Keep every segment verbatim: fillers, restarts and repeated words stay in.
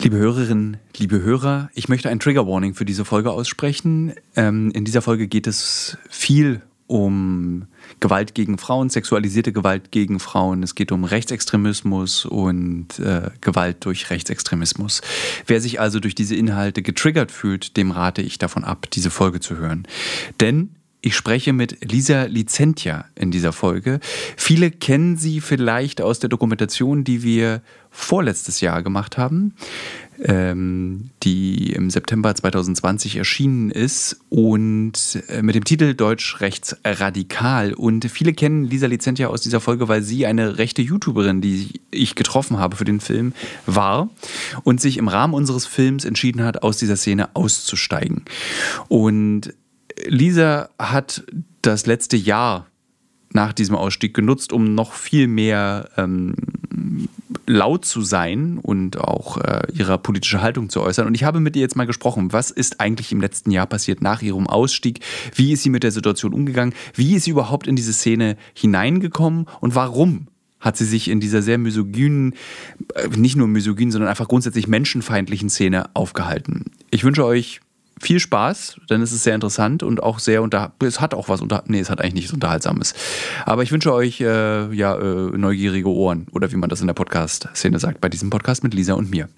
Liebe Hörerinnen, liebe Hörer, ich möchte ein Trigger Warning für diese Folge aussprechen. Ähm, in dieser Folge geht es viel um Gewalt gegen Frauen, sexualisierte Gewalt gegen Frauen. Es geht um Rechtsextremismus und äh, Gewalt durch Rechtsextremismus. Wer sich also durch diese Inhalte getriggert fühlt, dem rate ich davon ab, diese Folge zu hören. Denn ich spreche mit Lisa Licentia in dieser Folge. Viele kennen sie vielleicht aus der Dokumentation, die wir vorletztes Jahr gemacht haben, ähm, die im September zwanzig zwanzig erschienen ist und äh, mit dem Titel Deutsch rechtsradikal. Und viele kennen Lisa Licentia aus dieser Folge, weil sie eine rechte YouTuberin, die ich getroffen habe für den Film, war und sich im Rahmen unseres Films entschieden hat, aus dieser Szene auszusteigen. Und Lisa hat das letzte Jahr nach diesem Ausstieg genutzt, um noch viel mehr ähm, laut zu sein und auch äh, ihre politische Haltung zu äußern. Und ich habe mit ihr jetzt mal gesprochen, was ist eigentlich im letzten Jahr passiert nach ihrem Ausstieg? Wie ist sie mit der Situation umgegangen? Wie ist sie überhaupt in diese Szene hineingekommen? Und warum hat sie sich in dieser sehr misogynen, nicht nur misogynen, sondern einfach grundsätzlich menschenfeindlichen Szene aufgehalten? Ich wünsche euch viel Spaß, denn es ist sehr interessant und auch sehr unter. Es hat auch was unter. Nee, es hat eigentlich nichts Unterhaltsames. Aber ich wünsche euch äh, ja, äh, neugierige Ohren oder wie man das in der Podcast-Szene sagt, bei diesem Podcast mit Lisa und mir.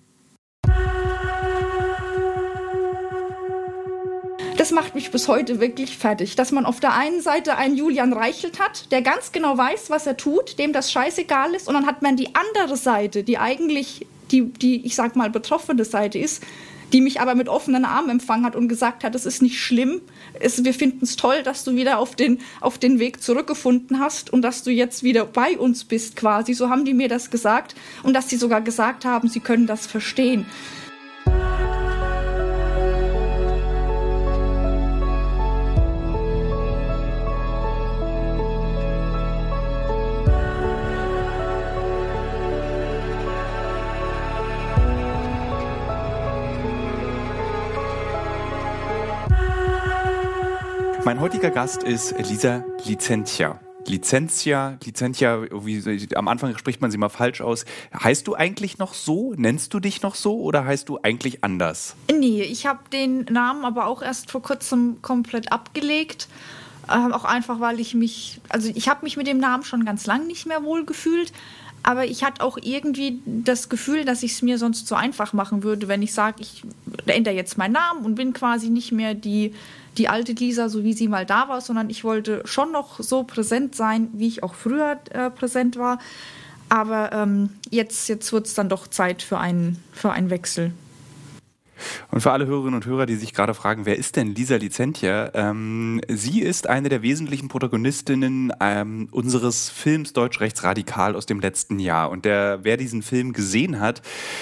Das macht mich bis heute wirklich fertig, dass man auf der einen Seite einen Julian Reichelt hat, der ganz genau weiß, was er tut, dem das scheißegal ist, und dann hat man die andere Seite, die eigentlich die, die ich sag mal, betroffene Seite ist, die mich aber mit offenen Armen empfangen hat und gesagt hat, es ist nicht schlimm, es, wir finden es toll, dass du wieder auf den, auf den Weg zurückgefunden hast und dass du jetzt wieder bei uns bist quasi. So haben die mir das gesagt und dass sie sogar gesagt haben, sie können das verstehen. Mein heutiger Gast ist Lisa Licentia. Licentia, Licentia, wie, am Anfang spricht man sie mal falsch aus. Heißt du eigentlich noch so? Nennst du dich noch so oder heißt du eigentlich anders? Nee, ich habe den Namen aber auch erst vor kurzem komplett abgelegt. Äh, auch einfach, weil ich mich, also ich habe mich mit dem Namen schon ganz lang nicht mehr wohl gefühlt. Aber ich hatte auch irgendwie das Gefühl, dass ich es mir sonst so einfach machen würde, wenn ich sage, ich ändere jetzt meinen Namen und bin quasi nicht mehr die, die alte Lisa, so wie sie mal da war, sondern ich wollte schon noch so präsent sein, wie ich auch früher äh, präsent war. Aber ähm, jetzt, jetzt wird es dann doch Zeit für einen, für einen Wechsel. Und für alle Hörerinnen und Hörer, die sich gerade fragen, wer ist denn Lisa Licentia? Ähm, sie ist eine der wesentlichen Protagonistinnen ähm, unseres Films Deutsch rechtsradikal aus dem letzten Jahr. Und der, wer diesen Film gesehen hat,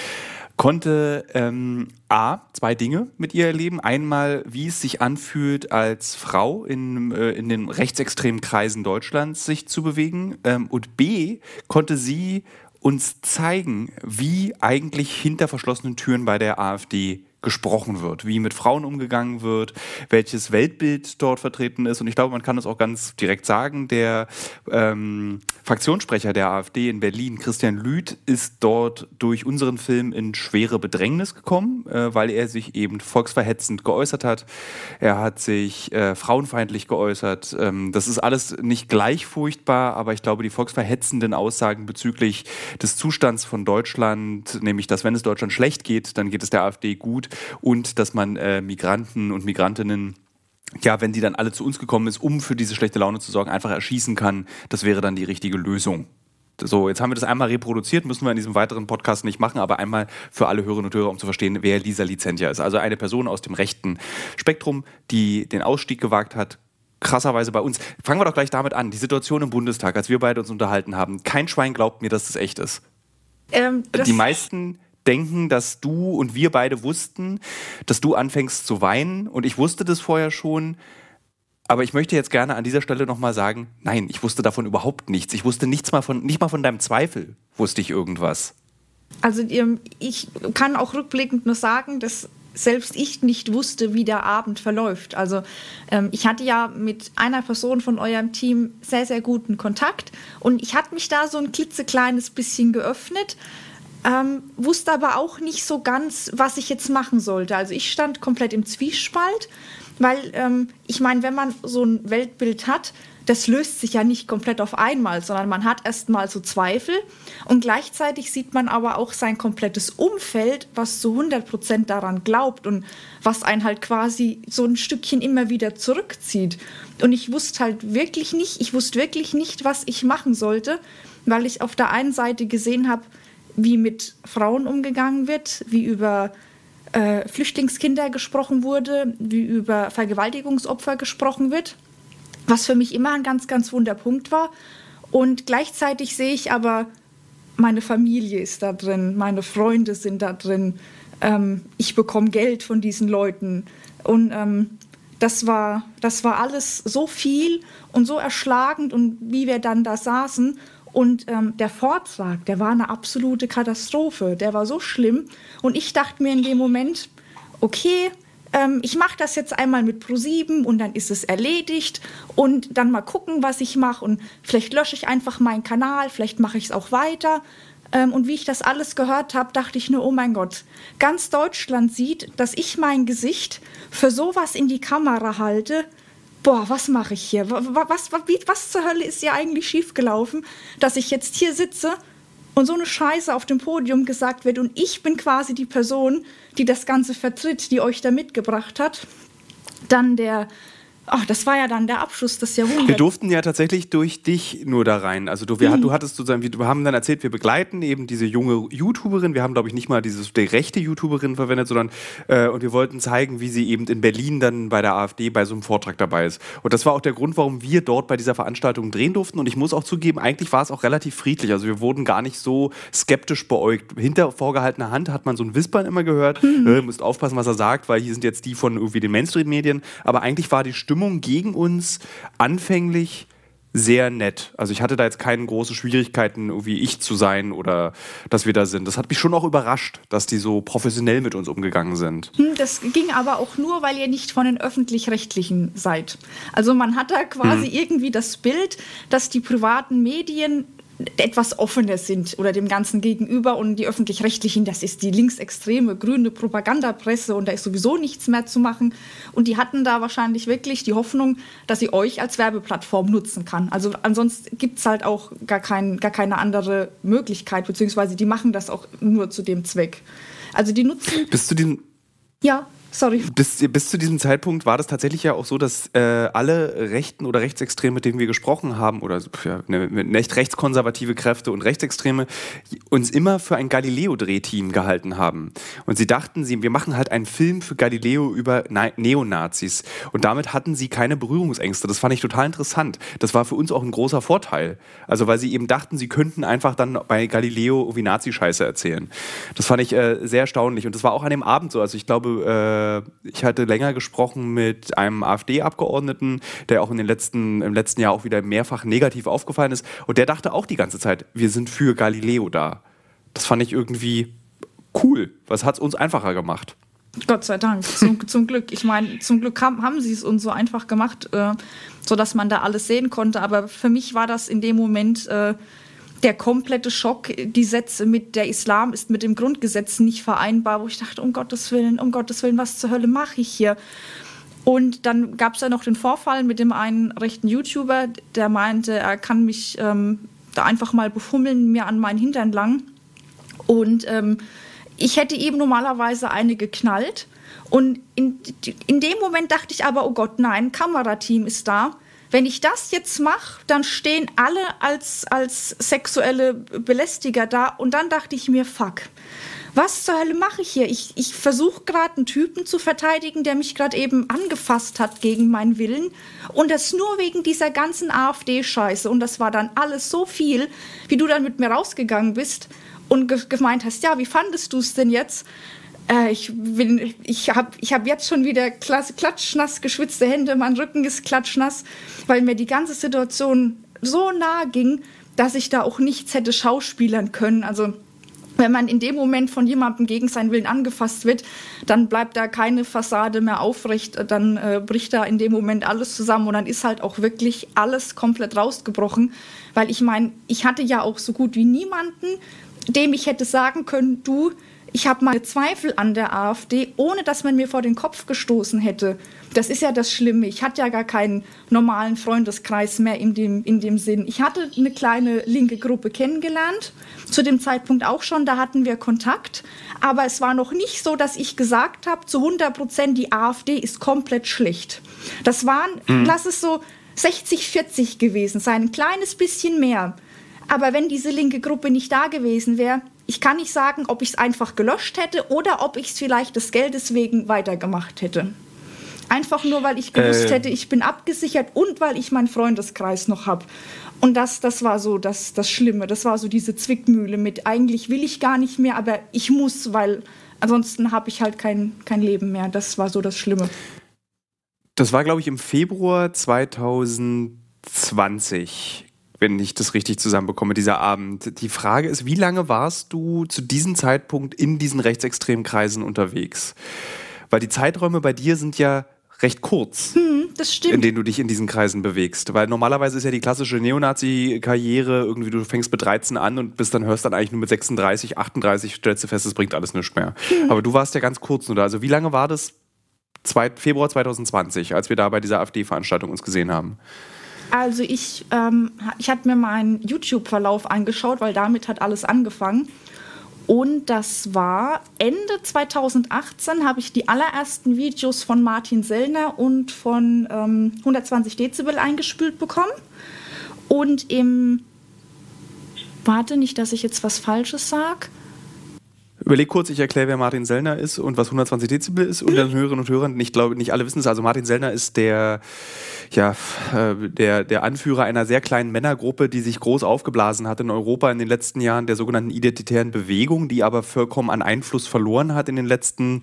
konnte ähm, A, zwei Dinge mit ihr erleben. Einmal, wie es sich anfühlt, als Frau in, äh, in den rechtsextremen Kreisen Deutschlands sich zu bewegen. Ähm, und B, konnte sie uns zeigen, wie eigentlich hinter verschlossenen Türen bei der AfD gesprochen wird, wie mit Frauen umgegangen wird, welches Weltbild dort vertreten ist. Und ich glaube, man kann es auch ganz direkt sagen, der ähm, Fraktionssprecher der AfD in Berlin, Christian Lüth, ist dort durch unseren Film in schwere Bedrängnis gekommen, äh, weil er sich eben volksverhetzend geäußert hat. Er hat sich äh, frauenfeindlich geäußert. Ähm, das ist alles nicht gleich furchtbar, aber ich glaube, die volksverhetzenden Aussagen bezüglich des Zustands von Deutschland, nämlich, dass wenn es Deutschland schlecht geht, dann geht es der AfD gut, und dass man äh, Migranten und Migrantinnen, ja, wenn die dann alle zu uns gekommen ist, um für diese schlechte Laune zu sorgen, einfach erschießen kann, das wäre dann die richtige Lösung. So, jetzt haben wir das einmal reproduziert, müssen wir in diesem weiteren Podcast nicht machen, aber einmal für alle Hörerinnen und Hörer, um zu verstehen, wer Lisa Licentia ist. Also eine Person aus dem rechten Spektrum, die den Ausstieg gewagt hat, krasserweise bei uns. Fangen wir doch gleich damit an. Die Situation im Bundestag, als wir beide uns unterhalten haben, kein Schwein glaubt mir, dass das echt ist. Ähm, das die meisten denken, dass du und wir beide wussten, dass du anfängst zu weinen, und ich wusste das vorher schon, aber ich möchte jetzt gerne an dieser Stelle nochmal sagen, nein, ich wusste davon überhaupt nichts. Ich wusste nichts mal von, nicht mal von deinem Zweifel wusste ich irgendwas. Also ich kann auch rückblickend nur sagen, dass selbst ich nicht wusste, wie der Abend verläuft. Also ähm, ich hatte ja mit einer Person von eurem Team sehr, sehr guten Kontakt, und ich hatte mich da so ein klitzekleines bisschen geöffnet. ähm, wusste aber auch nicht so ganz, was ich jetzt machen sollte. Also ich stand komplett im Zwiespalt, weil ähm, ich meine, wenn man so ein Weltbild hat, das löst sich ja nicht komplett auf einmal, sondern man hat erst mal so Zweifel und gleichzeitig sieht man aber auch sein komplettes Umfeld, was zu hundert Prozent daran glaubt und was einen halt quasi so ein Stückchen immer wieder zurückzieht. Und ich wusste halt wirklich nicht, ich wusste wirklich nicht, was ich machen sollte, weil ich auf der einen Seite gesehen habe, wie mit Frauen umgegangen wird, wie über äh, Flüchtlingskinder gesprochen wurde, wie über Vergewaltigungsopfer gesprochen wird, was für mich immer ein ganz, ganz wunder Punkt war. Und gleichzeitig sehe ich aber, meine Familie ist da drin, meine Freunde sind da drin, ähm, ich bekomme Geld von diesen Leuten. Und ähm, das war, das war alles so viel und so erschlagend. Und wie wir dann da saßen und ähm, der Vortrag, der war eine absolute Katastrophe, der war so schlimm. Und ich dachte mir in dem Moment, okay, ich mache das jetzt einmal mit ProSieben und dann ist es erledigt und dann mal gucken, was ich mache und vielleicht lösche ich einfach meinen Kanal, vielleicht mache ich es auch weiter. Und wie ich das alles gehört habe, dachte ich nur, oh mein Gott, ganz Deutschland sieht, dass ich mein Gesicht für sowas in die Kamera halte. Boah, was mache ich hier? Was, was, was, was zur Hölle ist hier eigentlich schiefgelaufen, dass ich jetzt hier sitze und so eine Scheiße auf dem Podium gesagt wird und ich bin quasi die Person, die das Ganze vertritt, die euch da mitgebracht hat. Dann der, ach, das war ja dann der Abschluss des Jahrhunderts. Wir durften ja tatsächlich durch dich nur da rein. Also du, wir, mhm. du hattest sozusagen, wir haben dann erzählt, wir begleiten eben diese junge YouTuberin. Wir haben, glaube ich, nicht mal diese die rechte YouTuberin verwendet, sondern äh, und wir wollten zeigen, wie sie eben in Berlin dann bei der AfD bei so einem Vortrag dabei ist. Und das war auch der Grund, warum wir dort bei dieser Veranstaltung drehen durften. Und ich muss auch zugeben, eigentlich war es auch relativ friedlich. Also wir wurden gar nicht so skeptisch beäugt. Hinter vorgehaltener Hand hat man so ein Wispern immer gehört. Mhm. Äh, müsst aufpassen, was er sagt, weil hier sind jetzt die von irgendwie den Mainstream-Medien. Aber eigentlich war die Stimmung gegen uns anfänglich sehr nett. Also ich hatte da jetzt keine großen Schwierigkeiten, irgendwie ich zu sein oder dass wir da sind. Das hat mich schon auch überrascht, dass die so professionell mit uns umgegangen sind. Das ging aber auch nur, weil ihr nicht von den Öffentlich-Rechtlichen seid. Also man hat da quasi hm. irgendwie das Bild, dass die privaten Medien etwas offener sind oder dem Ganzen gegenüber und die Öffentlich-Rechtlichen, das ist die linksextreme, grüne Propagandapresse und da ist sowieso nichts mehr zu machen. Und die hatten da wahrscheinlich wirklich die Hoffnung, dass sie euch als Werbeplattform nutzen kann. Also ansonsten gibt es halt auch gar, kein, gar keine andere Möglichkeit, beziehungsweise die machen das auch nur zu dem Zweck. Also die nutzen... Bis zu diesem... Ja. Sorry. Bis, bis zu diesem Zeitpunkt war das tatsächlich ja auch so, dass äh, alle Rechten oder Rechtsextreme, mit denen wir gesprochen haben, oder ja, ne, nicht rechtskonservative Kräfte und Rechtsextreme, uns immer für ein Galileo-Drehteam gehalten haben. Und sie dachten, sie, wir machen halt einen Film für Galileo über Na- Neonazis. Und damit hatten sie keine Berührungsängste. Das fand ich total interessant. Das war für uns auch ein großer Vorteil. Also weil sie eben dachten, sie könnten einfach dann bei Galileo irgendwie Nazi-Scheiße erzählen. Das fand ich äh, sehr erstaunlich. Und das war auch an dem Abend so. Also ich glaube, äh, ich hatte länger gesprochen mit einem AfD-Abgeordneten, der auch in den letzten, im letzten Jahr auch wieder mehrfach negativ aufgefallen ist. Und der dachte auch die ganze Zeit, wir sind für Galileo da. Das fand ich irgendwie cool. Was hat es uns einfacher gemacht? Gott sei Dank, zum, zum Glück. Ich meine, zum Glück haben, haben sie es uns so einfach gemacht, äh, sodass man da alles sehen konnte. Aber für mich war das in dem Moment... Äh, der komplette Schock, die Sätze mit der Islam ist mit dem Grundgesetz nicht vereinbar, wo ich dachte, um Gottes Willen, um Gottes Willen, was zur Hölle mache ich hier? Und dann gab es ja noch den Vorfall mit dem einen rechten YouTuber, der meinte, er kann mich ähm, da einfach mal befummeln, mir an meinen Hintern lang. Und ähm, ich hätte eben normalerweise eine geknallt. Und in, in dem Moment dachte ich aber, oh Gott, nein, Kamerateam ist da. Wenn ich das jetzt mache, dann stehen alle als, als sexuelle Belästiger da. Und dann dachte ich mir, fuck, was zur Hölle mache ich hier? Ich, ich versuche gerade einen Typen zu verteidigen, der mich gerade eben angefasst hat gegen meinen Willen. Und das nur wegen dieser ganzen AfD-Scheiße. Und das war dann alles so viel, wie du dann mit mir rausgegangen bist und ge- gemeint hast, ja, wie fandest du es denn jetzt? Äh, ich bin, ich habe ich hab jetzt schon wieder klatschnass geschwitzte Hände, mein Rücken ist klatschnass, weil mir die ganze Situation so nahe ging, dass ich da auch nichts hätte schauspielern können. Also wenn man in dem Moment von jemandem gegen seinen Willen angefasst wird, dann bleibt da keine Fassade mehr aufrecht, dann äh, bricht da in dem Moment alles zusammen und dann ist halt auch wirklich alles komplett rausgebrochen, weil ich meine, ich hatte ja auch so gut wie niemanden, dem ich hätte sagen können, du, ich habe meine Zweifel an der AfD, ohne dass man mir vor den Kopf gestoßen hätte. Das ist ja das Schlimme. Ich hatte ja gar keinen normalen Freundeskreis mehr in dem, in dem Sinn. Ich hatte eine kleine linke Gruppe kennengelernt, zu dem Zeitpunkt auch schon, da hatten wir Kontakt. Aber es war noch nicht so, dass ich gesagt habe, zu hundert Prozent die AfD ist komplett schlecht. Das waren, mhm. lass es so sechzig vierzig gewesen sein, ein kleines bisschen mehr. Aber wenn diese linke Gruppe nicht da gewesen wäre, ich kann nicht sagen, ob ich es einfach gelöscht hätte oder ob ich es vielleicht des Geldes wegen weitergemacht hätte. Einfach nur, weil ich gewusst äh. hätte, ich bin abgesichert und weil ich meinen Freundeskreis noch habe. Und das, das war so das, das Schlimme. Das war so diese Zwickmühle mit, eigentlich will ich gar nicht mehr, aber ich muss, weil ansonsten habe ich halt kein, kein Leben mehr. Das war so das Schlimme. Das war, glaube ich, im Februar zwanzig zwanzig. Wenn ich das richtig zusammenbekomme, dieser Abend. Die Frage ist, wie lange warst du zu diesem Zeitpunkt in diesen rechtsextremen Kreisen unterwegs? Weil die Zeiträume bei dir sind ja recht kurz, hm, das stimmt. in denen du dich in diesen Kreisen bewegst. Weil normalerweise ist ja die klassische Neonazi-Karriere irgendwie, du fängst mit dreizehn an und bist dann hörst dann eigentlich nur mit sechsunddreißig, achtunddreißig, stellst du fest, es bringt alles nichts mehr. Hm. Aber du warst ja ganz kurz nur da. Also wie lange war das? Februar zwanzig zwanzig, als wir da bei dieser AfD-Veranstaltung uns gesehen haben. Also ich, ähm, ich hatte mir meinen YouTube-Verlauf angeschaut, weil damit hat alles angefangen. Und das war Ende zwanzig achtzehn, habe ich die allerersten Videos von Martin Sellner und von ähm, hundertzwanzig Dezibel eingespielt bekommen. Und im, warte nicht, dass ich jetzt was Falsches sage. Überleg kurz, ich erkläre, wer Martin Sellner ist und was hundertzwanzig Dezibel ist und den Hörerinnen und Hörern, ich glaube, nicht alle wissen es, also Martin Sellner ist der, ja, der, der Anführer einer sehr kleinen Männergruppe, die sich groß aufgeblasen hat in Europa in den letzten Jahren, der sogenannten identitären Bewegung, die aber vollkommen an Einfluss verloren hat in den letzten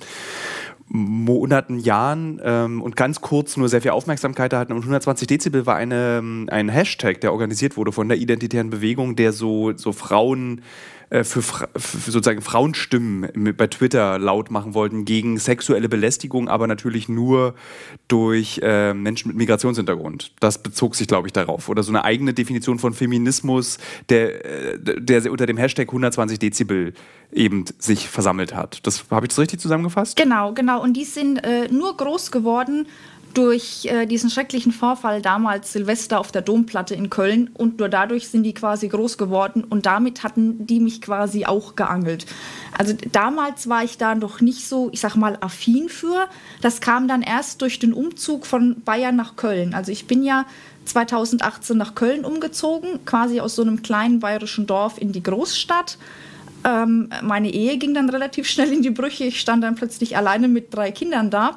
Monaten, Jahren ähm, und ganz kurz nur sehr viel Aufmerksamkeit hatten. Und hundertzwanzig Dezibel war eine, ein Hashtag, der organisiert wurde von der identitären Bewegung, der so, so Frauen Für, für sozusagen Frauenstimmen bei Twitter laut machen wollten gegen sexuelle Belästigung, aber natürlich nur durch äh, Menschen mit Migrationshintergrund. Das bezog sich, glaube ich, darauf. Oder so eine eigene Definition von Feminismus, der, der unter dem Hashtag hundertzwanzig Dezibel eben sich versammelt hat. Das, habe ich das richtig zusammengefasst? Genau, genau. Und die sind äh, nur groß geworden durch äh, diesen schrecklichen Vorfall damals Silvester auf der Domplatte in Köln und nur dadurch sind die quasi groß geworden und damit hatten die mich quasi auch geangelt. Also damals war ich da noch nicht so, ich sag mal, affin für. Das kam dann erst durch den Umzug von Bayern nach Köln. Also ich bin ja zwanzig achtzehn nach Köln umgezogen, quasi aus so einem kleinen bayerischen Dorf in die Großstadt. Ähm, meine Ehe ging dann relativ schnell in die Brüche. Ich stand dann plötzlich alleine mit drei Kindern da.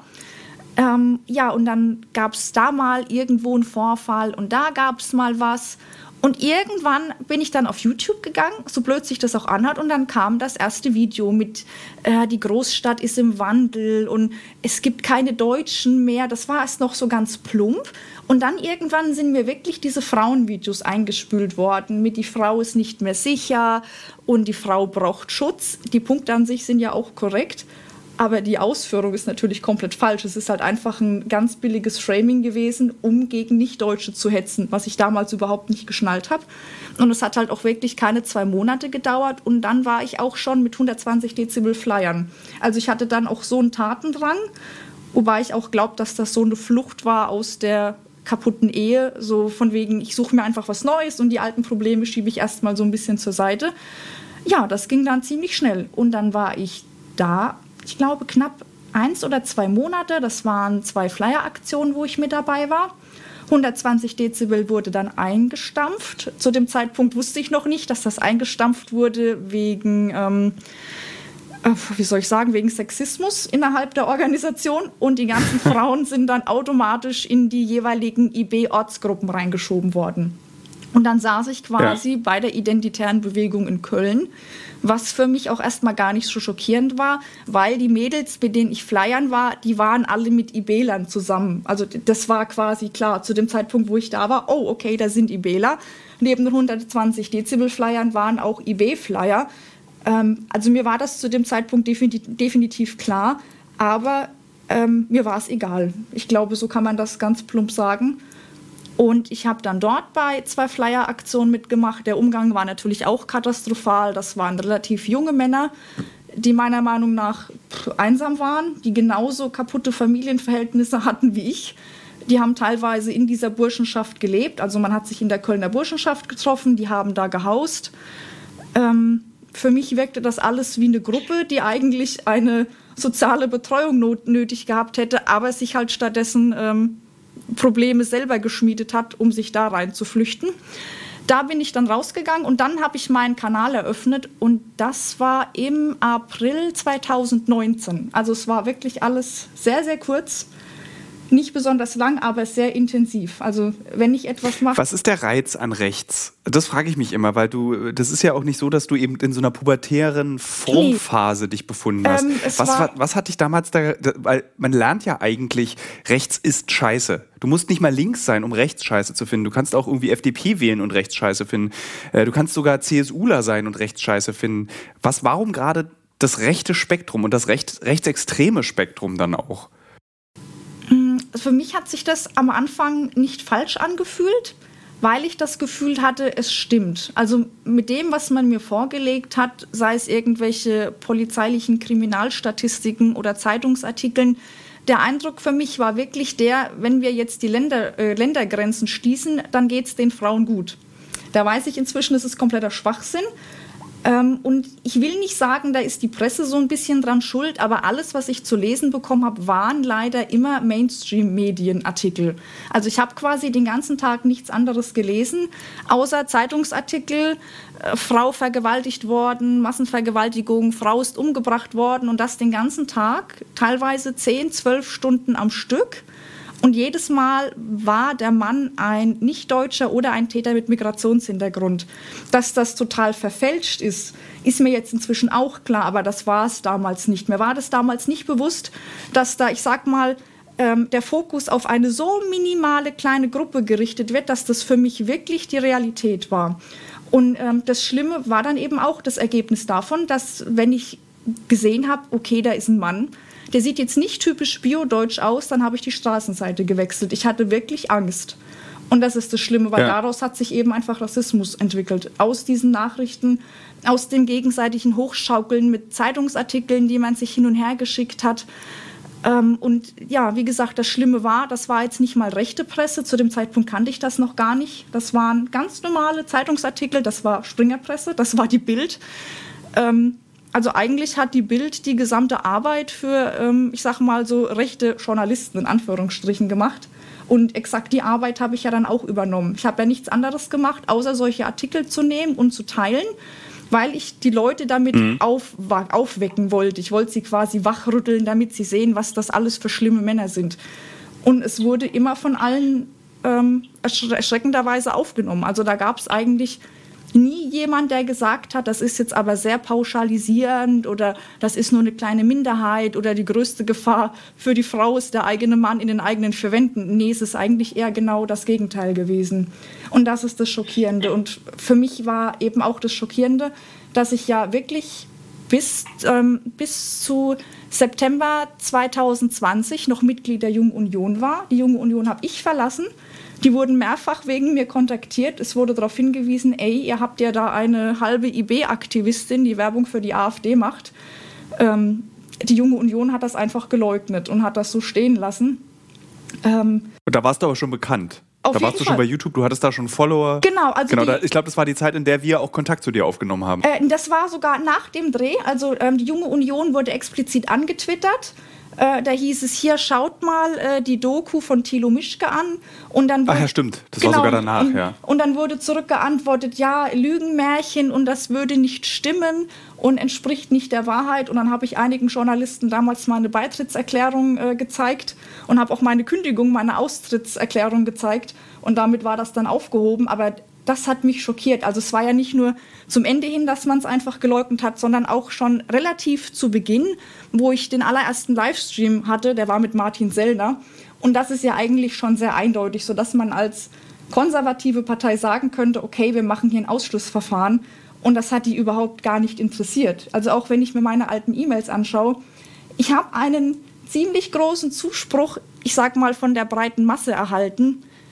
Ähm, ja, und dann gab es da mal irgendwo einen Vorfall und da gab es mal was. Und irgendwann bin ich dann auf YouTube gegangen, so blöd sich das auch anhört, und dann kam das erste Video mit äh, die Großstadt ist im Wandel und es gibt keine Deutschen mehr. Das war erst noch so ganz plump. Und dann irgendwann sind mir wirklich diese Frauenvideos eingespült worden mit die Frau ist nicht mehr sicher und die Frau braucht Schutz. Die Punkte an sich sind ja auch korrekt. Aber die Ausführung ist natürlich komplett falsch. Es ist halt einfach ein ganz billiges Framing gewesen, um gegen Nicht-Deutsche zu hetzen, was ich damals überhaupt nicht geschnallt habe. Und es hat halt auch wirklich keine zwei Monate gedauert. Und dann war ich auch schon mit hundertzwanzig Dezibel Flyern. Also ich hatte dann auch so einen Tatendrang, wobei ich auch glaube, dass das so eine Flucht war aus der kaputten Ehe. So von wegen, ich suche mir einfach was Neues und die alten Probleme schiebe ich erstmal so ein bisschen zur Seite. Ja, das ging dann ziemlich schnell. Und dann war ich da, ich glaube, knapp eins oder zwei Monate. Das waren zwei Flyer-Aktionen, wo ich mit dabei war. hundertzwanzig Dezibel wurde dann eingestampft. Zu dem Zeitpunkt wusste ich noch nicht, dass das eingestampft wurde wegen, ähm, äh, wie soll ich sagen, wegen Sexismus innerhalb der Organisation. Und die ganzen Frauen sind dann automatisch in die jeweiligen I B-Ortsgruppen reingeschoben worden. Und dann saß ich quasi ja. bei der identitären Bewegung in Köln, was für mich auch erstmal gar nicht so schockierend war, weil die Mädels, mit denen ich flyern war, die waren alle mit IBelern zusammen. Also das war quasi klar, zu dem Zeitpunkt, wo ich da war, oh, okay, da sind IBler. Neben den hundertzwanzig Dezibel Flyern waren auch I B-Flyer. Ähm, also mir war das zu dem Zeitpunkt definitiv, definitiv klar, aber ähm, mir war es egal. Ich glaube, so kann man das ganz plump sagen. Und ich habe dann dort bei zwei Flyer-Aktionen mitgemacht. Der Umgang war natürlich auch katastrophal. Das waren relativ junge Männer, die meiner Meinung nach einsam waren, die genauso kaputte Familienverhältnisse hatten wie ich. Die haben teilweise in dieser Burschenschaft gelebt. Also man hat sich in der Kölner Burschenschaft getroffen, die haben da gehaust. Ähm, für mich wirkte das alles wie eine Gruppe, die eigentlich eine soziale Betreuung not- nötig gehabt hätte, aber sich halt stattdessen ähm, Probleme selber geschmiedet hat, um sich da rein zu flüchten. Da bin ich dann rausgegangen und dann habe ich meinen Kanal eröffnet und das war im April zweitausendneunzehn. Also es war wirklich alles sehr, sehr kurz. Nicht besonders lang, aber sehr intensiv. Also wenn ich etwas mache... Was ist der Reiz an rechts? Das frage ich mich immer, weil du, das ist ja auch nicht so, dass du eben in so einer pubertären Formphase nee. dich befunden hast. Ähm, was, was, was hat dich damals da, weil man lernt ja eigentlich, rechts ist scheiße. Du musst nicht mal links sein, um rechts scheiße zu finden. Du kannst auch irgendwie F D P wählen und rechts scheiße finden. Du kannst sogar CSUler sein und rechts scheiße finden. Was, warum gerade das rechte Spektrum und das recht, rechtsextreme Spektrum dann auch? Für mich hat sich das am Anfang nicht falsch angefühlt, weil ich das Gefühl hatte, es stimmt. Also mit dem, was man mir vorgelegt hat, sei es irgendwelche polizeilichen Kriminalstatistiken oder Zeitungsartikeln, der Eindruck für mich war wirklich der, wenn wir jetzt die Länder, äh, Ländergrenzen schließen, dann geht es den Frauen gut. Da weiß ich inzwischen, es ist kompletter Schwachsinn. Ähm, und ich will nicht sagen, da ist die Presse so ein bisschen dran schuld, aber alles, was ich zu lesen bekommen habe, waren leider immer Mainstream-Medienartikel. Also ich habe quasi den ganzen Tag nichts anderes gelesen, außer Zeitungsartikel, äh, Frau vergewaltigt worden, Massenvergewaltigung, Frau ist umgebracht worden und das den ganzen Tag, teilweise zehn, zwölf Stunden am Stück. Und jedes Mal war der Mann ein Nicht-Deutscher oder ein Täter mit Migrationshintergrund. Dass das total verfälscht ist, ist mir jetzt inzwischen auch klar, aber das war es damals nicht. Mir war das damals nicht bewusst, dass da, ich sag mal, ähm, der Fokus auf eine so minimale kleine Gruppe gerichtet wird, dass das für mich wirklich die Realität war. Und ähm, das Schlimme war dann eben auch das Ergebnis davon, dass, wenn ich gesehen habe, okay, da ist ein Mann, der sieht jetzt nicht typisch biodeutsch aus, dann habe ich die Straßenseite gewechselt. Ich hatte wirklich Angst. Und das ist das Schlimme, weil ja. daraus hat sich eben einfach Rassismus entwickelt. Aus diesen Nachrichten, aus dem gegenseitigen Hochschaukeln mit Zeitungsartikeln, die man sich hin und her geschickt hat. Und ja, wie gesagt, das Schlimme war, das war jetzt nicht mal rechte Presse. Zu dem Zeitpunkt kannte ich das noch gar nicht. Das waren ganz normale Zeitungsartikel, das war Springerpresse, das war die Bild. Also eigentlich hat die Bild die gesamte Arbeit für, ähm, ich sag mal so, rechte Journalisten in Anführungsstrichen gemacht. Und exakt die Arbeit habe ich ja dann auch übernommen. Ich habe ja nichts anderes gemacht, außer solche Artikel zu nehmen und zu teilen, weil ich die Leute damit mhm. auf, aufwecken wollte. Ich wollte sie quasi wachrütteln, damit sie sehen, was das alles für schlimme Männer sind. Und es wurde immer von allen ähm, erschreckenderweise aufgenommen. Also da gab es eigentlich nie jemand, der gesagt hat, das ist jetzt aber sehr pauschalisierend oder das ist nur eine kleine Minderheit oder die größte Gefahr für die Frau ist der eigene Mann in den eigenen vier Wänden. Nee, es ist eigentlich eher genau das Gegenteil gewesen. Und das ist das Schockierende. Und für mich war eben auch das Schockierende, dass ich ja wirklich bis, ähm, bis zu September zweitausendzwanzig noch Mitglied der Jungen Union war. Die Junge Union habe ich verlassen. Die wurden mehrfach wegen mir kontaktiert. Es wurde darauf hingewiesen, ey, ihr habt ja da eine halbe I B-Aktivistin, die Werbung für die AfD macht. Ähm, die Junge Union hat das einfach geleugnet und hat das so stehen lassen. Ähm, und da warst du aber schon bekannt. Da warst du schon bei YouTube, du hattest da schon Follower. Genau, also genau, die, da, ich glaube, das war die Zeit, in der wir auch Kontakt zu dir aufgenommen haben. Äh, das war sogar nach dem Dreh. Also ähm, die Junge Union wurde explizit angetwittert. Äh, da hieß es, hier schaut mal äh, die Doku von Thilo Mischke an. Und dann wurde, Ach ja, stimmt. Das genau, war sogar danach, und, ja. Und dann wurde zurückgeantwortet, ja, Lügenmärchen und das würde nicht stimmen und entspricht nicht der Wahrheit. Und dann habe ich einigen Journalisten damals meine Beitrittserklärung äh, gezeigt und habe auch meine Kündigung, meine Austrittserklärung gezeigt. Und damit war das dann aufgehoben. Aber das hat mich schockiert. Also es war ja nicht nur zum Ende hin, dass man es einfach geleugnet hat, sondern auch schon relativ zu Beginn, wo ich den allerersten Livestream hatte, der war mit Martin Sellner. Und das ist ja eigentlich schon sehr eindeutig, sodass man als konservative Partei sagen könnte, okay, wir machen hier ein Ausschlussverfahren. Und das hat die überhaupt gar nicht interessiert. Also auch wenn ich mir meine alten E-Mails anschaue, ich habe einen ziemlich großen Zuspruch, ich sag mal, von der breiten Masse erhalten.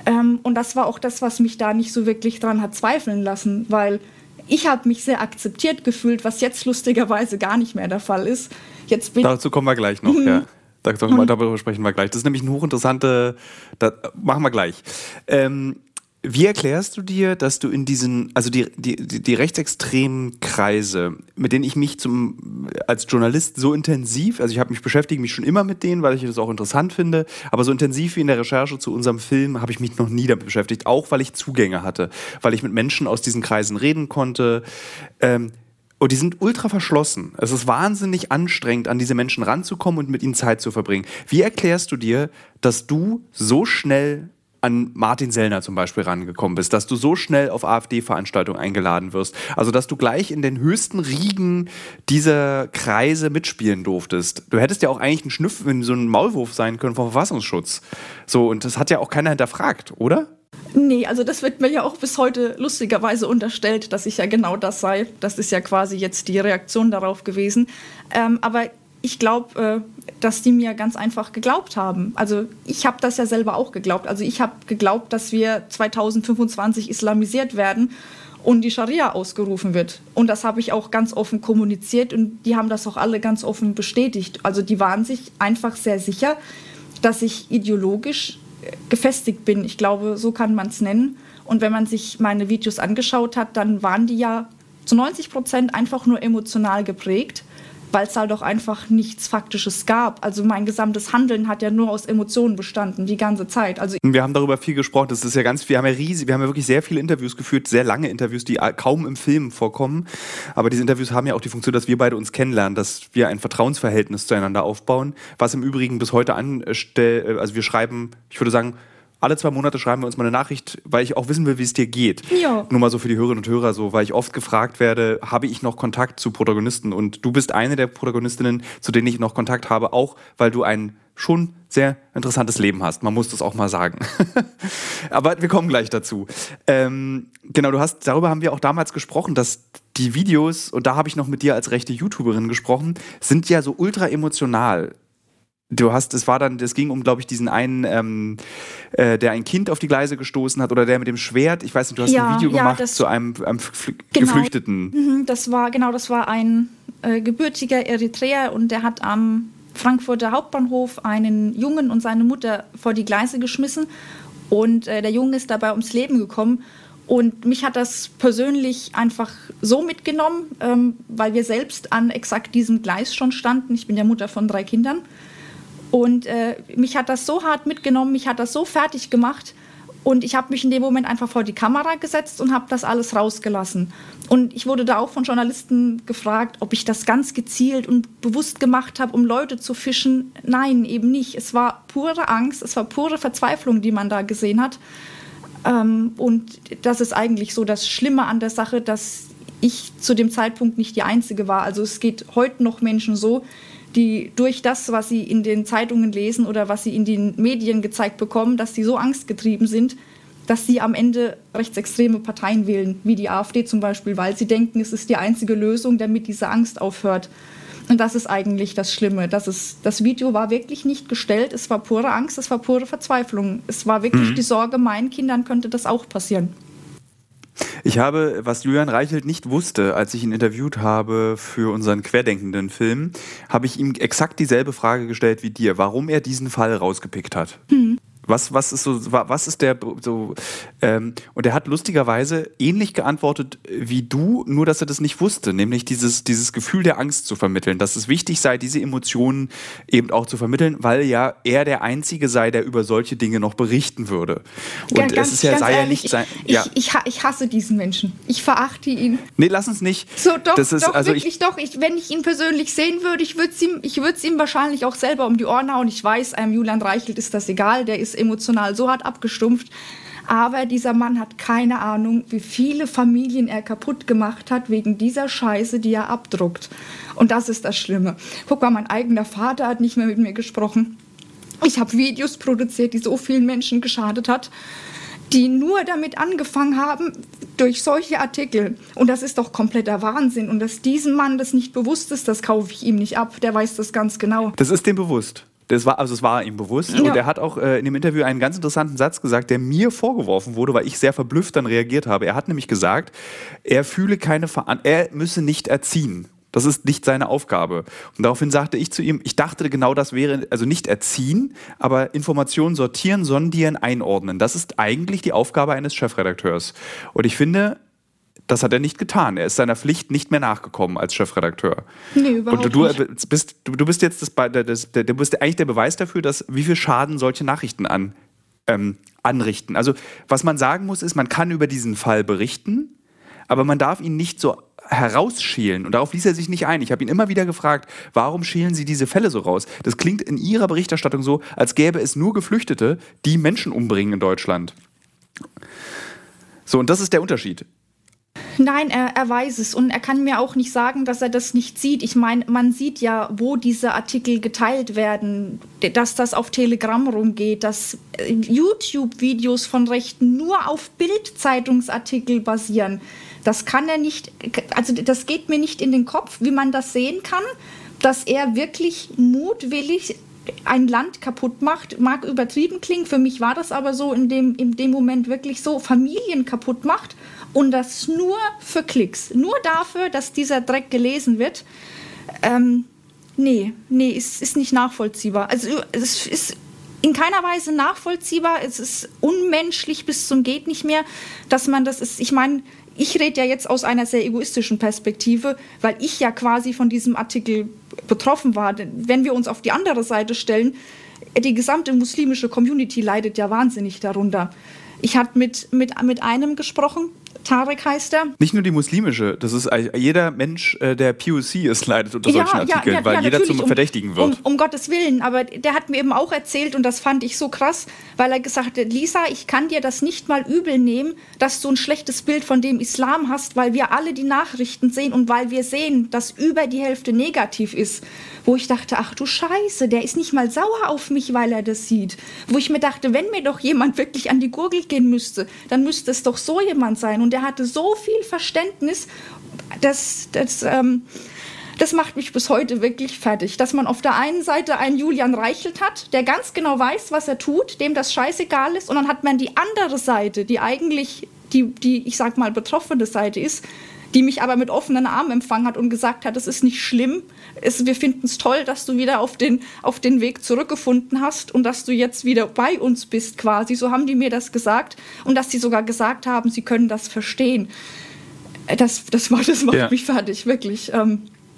Ähm, und das war auch das, was mich da nicht so wirklich dran hat zweifeln lassen, weil ich habe mich sehr akzeptiert gefühlt, was jetzt lustigerweise gar nicht mehr der Fall ist. Jetzt bin Dazu kommen wir gleich noch, mhm. ja. Darüber sprechen wir gleich. Das ist nämlich ein hochinteressante, das machen wir gleich. Ähm, wie erklärst du dir, dass du in diesen, also die, die, die rechtsextremen Kreise, mit denen ich mich zum, als Journalist so intensiv, also ich habe mich beschäftigt mich schon immer mit denen, weil ich das auch interessant finde, aber so intensiv wie in der Recherche zu unserem Film habe ich mich noch nie damit beschäftigt, auch weil ich Zugänge hatte, weil ich mit Menschen aus diesen Kreisen reden konnte. Ähm, Und die sind ultra verschlossen. Es ist wahnsinnig anstrengend, an diese Menschen ranzukommen und mit ihnen Zeit zu verbringen. Wie erklärst du dir, dass du so schnell an Martin Sellner zum Beispiel rangekommen bist, dass du so schnell auf AfD-Veranstaltungen eingeladen wirst, also dass du gleich in den höchsten Riegen dieser Kreise mitspielen durftest? Du hättest ja auch eigentlich ein Schnüff, so ein Maulwurf sein können vom Verfassungsschutz. So, und das hat ja auch keiner hinterfragt, oder? Nee, also das wird mir ja auch bis heute lustigerweise unterstellt, dass ich ja genau das sei. Das ist ja quasi jetzt die Reaktion darauf gewesen. Ähm, aber ich glaube, äh, dass die mir ganz einfach geglaubt haben. Also ich habe das ja selber auch geglaubt. Also ich habe geglaubt, dass wir zweitausendfünfundzwanzig islamisiert werden und die Scharia ausgerufen wird. Und das habe ich auch ganz offen kommuniziert und die haben das auch alle ganz offen bestätigt. Also die waren sich einfach sehr sicher, dass ich ideologisch gefestigt bin. Ich glaube, so kann man es nennen. Und wenn man sich meine Videos angeschaut hat, dann waren die ja zu neunzig Prozent einfach nur emotional geprägt, weil es halt auch einfach nichts Faktisches gab. Also mein gesamtes Handeln hat ja nur aus Emotionen bestanden, die ganze Zeit. Also wir haben darüber viel gesprochen. Das ist ja ganz, wir haben ja riesig, wir haben ja wirklich sehr viele Interviews geführt, sehr lange Interviews, die kaum im Film vorkommen. Aber diese Interviews haben ja auch die Funktion, dass wir beide uns kennenlernen, dass wir ein Vertrauensverhältnis zueinander aufbauen. Was im Übrigen bis heute anstellt, also wir schreiben, ich würde sagen, alle zwei Monate schreiben wir uns mal eine Nachricht, weil ich auch wissen will, wie es dir geht. Ja. Nur mal so für die Hörerinnen und Hörer, so, weil ich oft gefragt werde, habe ich noch Kontakt zu Protagonisten? Und du bist eine der Protagonistinnen, zu denen ich noch Kontakt habe, auch weil du ein schon sehr interessantes Leben hast. Man muss das auch mal sagen. Aber wir kommen gleich dazu. Ähm, genau, du hast, darüber haben wir auch damals gesprochen, dass die Videos, und da habe ich noch mit dir als rechte YouTuberin gesprochen, sind ja so ultra emotional. Du hast, es war dann, es ging um, glaube ich, diesen einen, ähm, äh, der ein Kind auf die Gleise gestoßen hat oder der mit dem Schwert. Ich weiß nicht, du hast ja, ein Video ja, gemacht das, zu einem, einem genau, Geflüchteten. Das war, genau, das war ein äh, gebürtiger Eritreer und der hat am Frankfurter Hauptbahnhof einen Jungen und seine Mutter vor die Gleise geschmissen und äh, der Junge ist dabei ums Leben gekommen. Und mich hat das persönlich einfach so mitgenommen, ähm, weil wir selbst an exakt diesem Gleis schon standen. Ich bin ja Mutter von drei Kindern. Und äh, mich hat das so hart mitgenommen, mich hat das so fertig gemacht. Und ich habe mich in dem Moment einfach vor die Kamera gesetzt und habe das alles rausgelassen. Und ich wurde da auch von Journalisten gefragt, ob ich das ganz gezielt und bewusst gemacht habe, um Leute zu fischen. Nein, eben nicht. Es war pure Angst, es war pure Verzweiflung, die man da gesehen hat. Ähm, und das ist eigentlich so das Schlimme an der Sache, dass ich zu dem Zeitpunkt nicht die Einzige war. Also es geht heute noch Menschen so, die durch das, was sie in den Zeitungen lesen oder was sie in den Medien gezeigt bekommen, dass sie so angstgetrieben sind, dass sie am Ende rechtsextreme Parteien wählen, wie die AfD zum Beispiel, weil sie denken, es ist die einzige Lösung, damit diese Angst aufhört. Und das ist eigentlich das Schlimme. Das, ist, das Video war wirklich nicht gestellt, es war pure Angst, es war pure Verzweiflung. Es war wirklich mhm. die Sorge, meinen Kindern könnte das auch passieren. Ich habe, was Julian Reichelt nicht wusste, als ich ihn interviewt habe für unseren querdenkenden Film, habe ich ihm exakt dieselbe Frage gestellt wie dir, warum er diesen Fall rausgepickt hat. Mhm. Was, was ist so, was ist der so, ähm, und er hat lustigerweise ähnlich geantwortet wie du, nur dass er das nicht wusste, nämlich dieses, dieses Gefühl der Angst zu vermitteln, dass es wichtig sei, diese Emotionen eben auch zu vermitteln, weil ja er der Einzige sei, der über solche Dinge noch berichten würde. Und ja, ganz, es ist ja, sei ehrlich, ja nicht sein. Ich, ja. ich, ich, ich hasse diesen Menschen. Ich verachte ihn. Nee, lass uns nicht. So, doch, das ist, doch, also wirklich, ich, doch. Ich, wenn ich ihn persönlich sehen würde, ich würde es ihm, ich würde es ihm wahrscheinlich auch selber um die Ohren hauen. Ich weiß, einem Julian Reichelt ist das egal, der ist emotional so abgestumpft. Aber dieser Mann hat keine Ahnung, wie viele Familien er kaputt gemacht hat wegen dieser Scheiße, die er abdruckt. Und das ist das Schlimme. Guck mal, mein eigener Vater hat nicht mehr mit mir gesprochen. Ich habe Videos produziert, die so vielen Menschen geschadet hat, die nur damit angefangen haben, durch solche Artikel. Und das ist doch kompletter Wahnsinn. Und dass diesem Mann das nicht bewusst ist, das kaufe ich ihm nicht ab. Der weiß das ganz genau. Das ist dem bewusst. Das war, also es war ihm bewusst. Ja. Und er hat auch äh, in dem Interview einen ganz interessanten Satz gesagt, der mir vorgeworfen wurde, weil ich sehr verblüfft dann reagiert habe. Er hat nämlich gesagt, er fühle keine Verantwortung, er müsse nicht erziehen. Das ist nicht seine Aufgabe. Und daraufhin sagte ich zu ihm, ich dachte genau das wäre, also nicht erziehen, aber Informationen sortieren, sondieren, einordnen. Das ist eigentlich die Aufgabe eines Chefredakteurs. Und ich finde, das hat er nicht getan. Er ist seiner Pflicht nicht mehr nachgekommen als Chefredakteur. Nee, überhaupt und du, nicht. Bist, du, du bist jetzt das, das, du bist eigentlich der Beweis dafür, dass wie viel Schaden solche Nachrichten an, ähm, anrichten. Also was man sagen muss, ist, man kann über diesen Fall berichten, aber man darf ihn nicht so herausschälen. Und darauf ließ er sich nicht ein. Ich habe ihn immer wieder gefragt, warum schälen Sie diese Fälle so raus? Das klingt in Ihrer Berichterstattung so, als gäbe es nur Geflüchtete, die Menschen umbringen in Deutschland. So, und das ist der Unterschied. Nein, er, er weiß es und er kann mir auch nicht sagen, dass er das nicht sieht. Ich meine, man sieht ja, wo diese Artikel geteilt werden, dass das auf Telegram rumgeht, dass YouTube-Videos von Rechten nur auf Bild-Zeitungsartikel basieren. Das kann er nicht, also das geht mir nicht in den Kopf, wie man das sehen kann, dass er wirklich mutwillig ein Land kaputt macht, mag übertrieben klingen, für mich war das aber so in dem, in dem Moment wirklich so, Familien kaputt macht und das nur für Klicks, nur dafür, dass dieser Dreck gelesen wird. Ähm, nee, nee, es ist nicht nachvollziehbar. Also es ist in keiner Weise nachvollziehbar, es ist unmenschlich bis zum geht nicht mehr, dass man das ist, ich meine, ich rede ja jetzt aus einer sehr egoistischen Perspektive, weil ich ja quasi von diesem Artikel betroffen war. Wenn wir uns auf die andere Seite stellen, die gesamte muslimische Community leidet ja wahnsinnig darunter. Ich habe mit, mit, mit einem gesprochen, Tarek heißt er. Nicht nur die muslimische, das ist jeder Mensch, der P O C ist, leidet unter solchen ja, Artikeln, ja, ja, weil ja, jeder zum Verdächtigen wird. Um, um Gottes Willen, aber der hat mir eben auch erzählt, und das fand ich so krass, weil er gesagt hat, Lisa, ich kann dir das nicht mal übel nehmen, dass du ein schlechtes Bild von dem Islam hast, weil wir alle die Nachrichten sehen und weil wir sehen, dass über die Hälfte negativ ist. Wo ich dachte, ach du Scheiße, der ist nicht mal sauer auf mich, weil er das sieht. Wo ich mir dachte, wenn mir doch jemand wirklich an die Gurgel gehen müsste, dann müsste es doch so jemand sein. Und der hatte so viel Verständnis, dass das, ähm, das macht mich bis heute wirklich fertig. Dass man auf der einen Seite einen Julian Reichelt hat, der ganz genau weiß, was er tut, dem das scheißegal ist. Und dann hat man die andere Seite, die eigentlich die, die ich sag mal, betroffene Seite ist, die mich aber mit offenen Armen empfangen hat und gesagt hat, es ist nicht schlimm, es, wir finden es toll, dass du wieder auf den, auf den Weg zurückgefunden hast und dass du jetzt wieder bei uns bist quasi. So haben die mir das gesagt und dass sie sogar gesagt haben, sie können das verstehen. Das, das, war, das macht ja. mich fertig, wirklich. Ähm,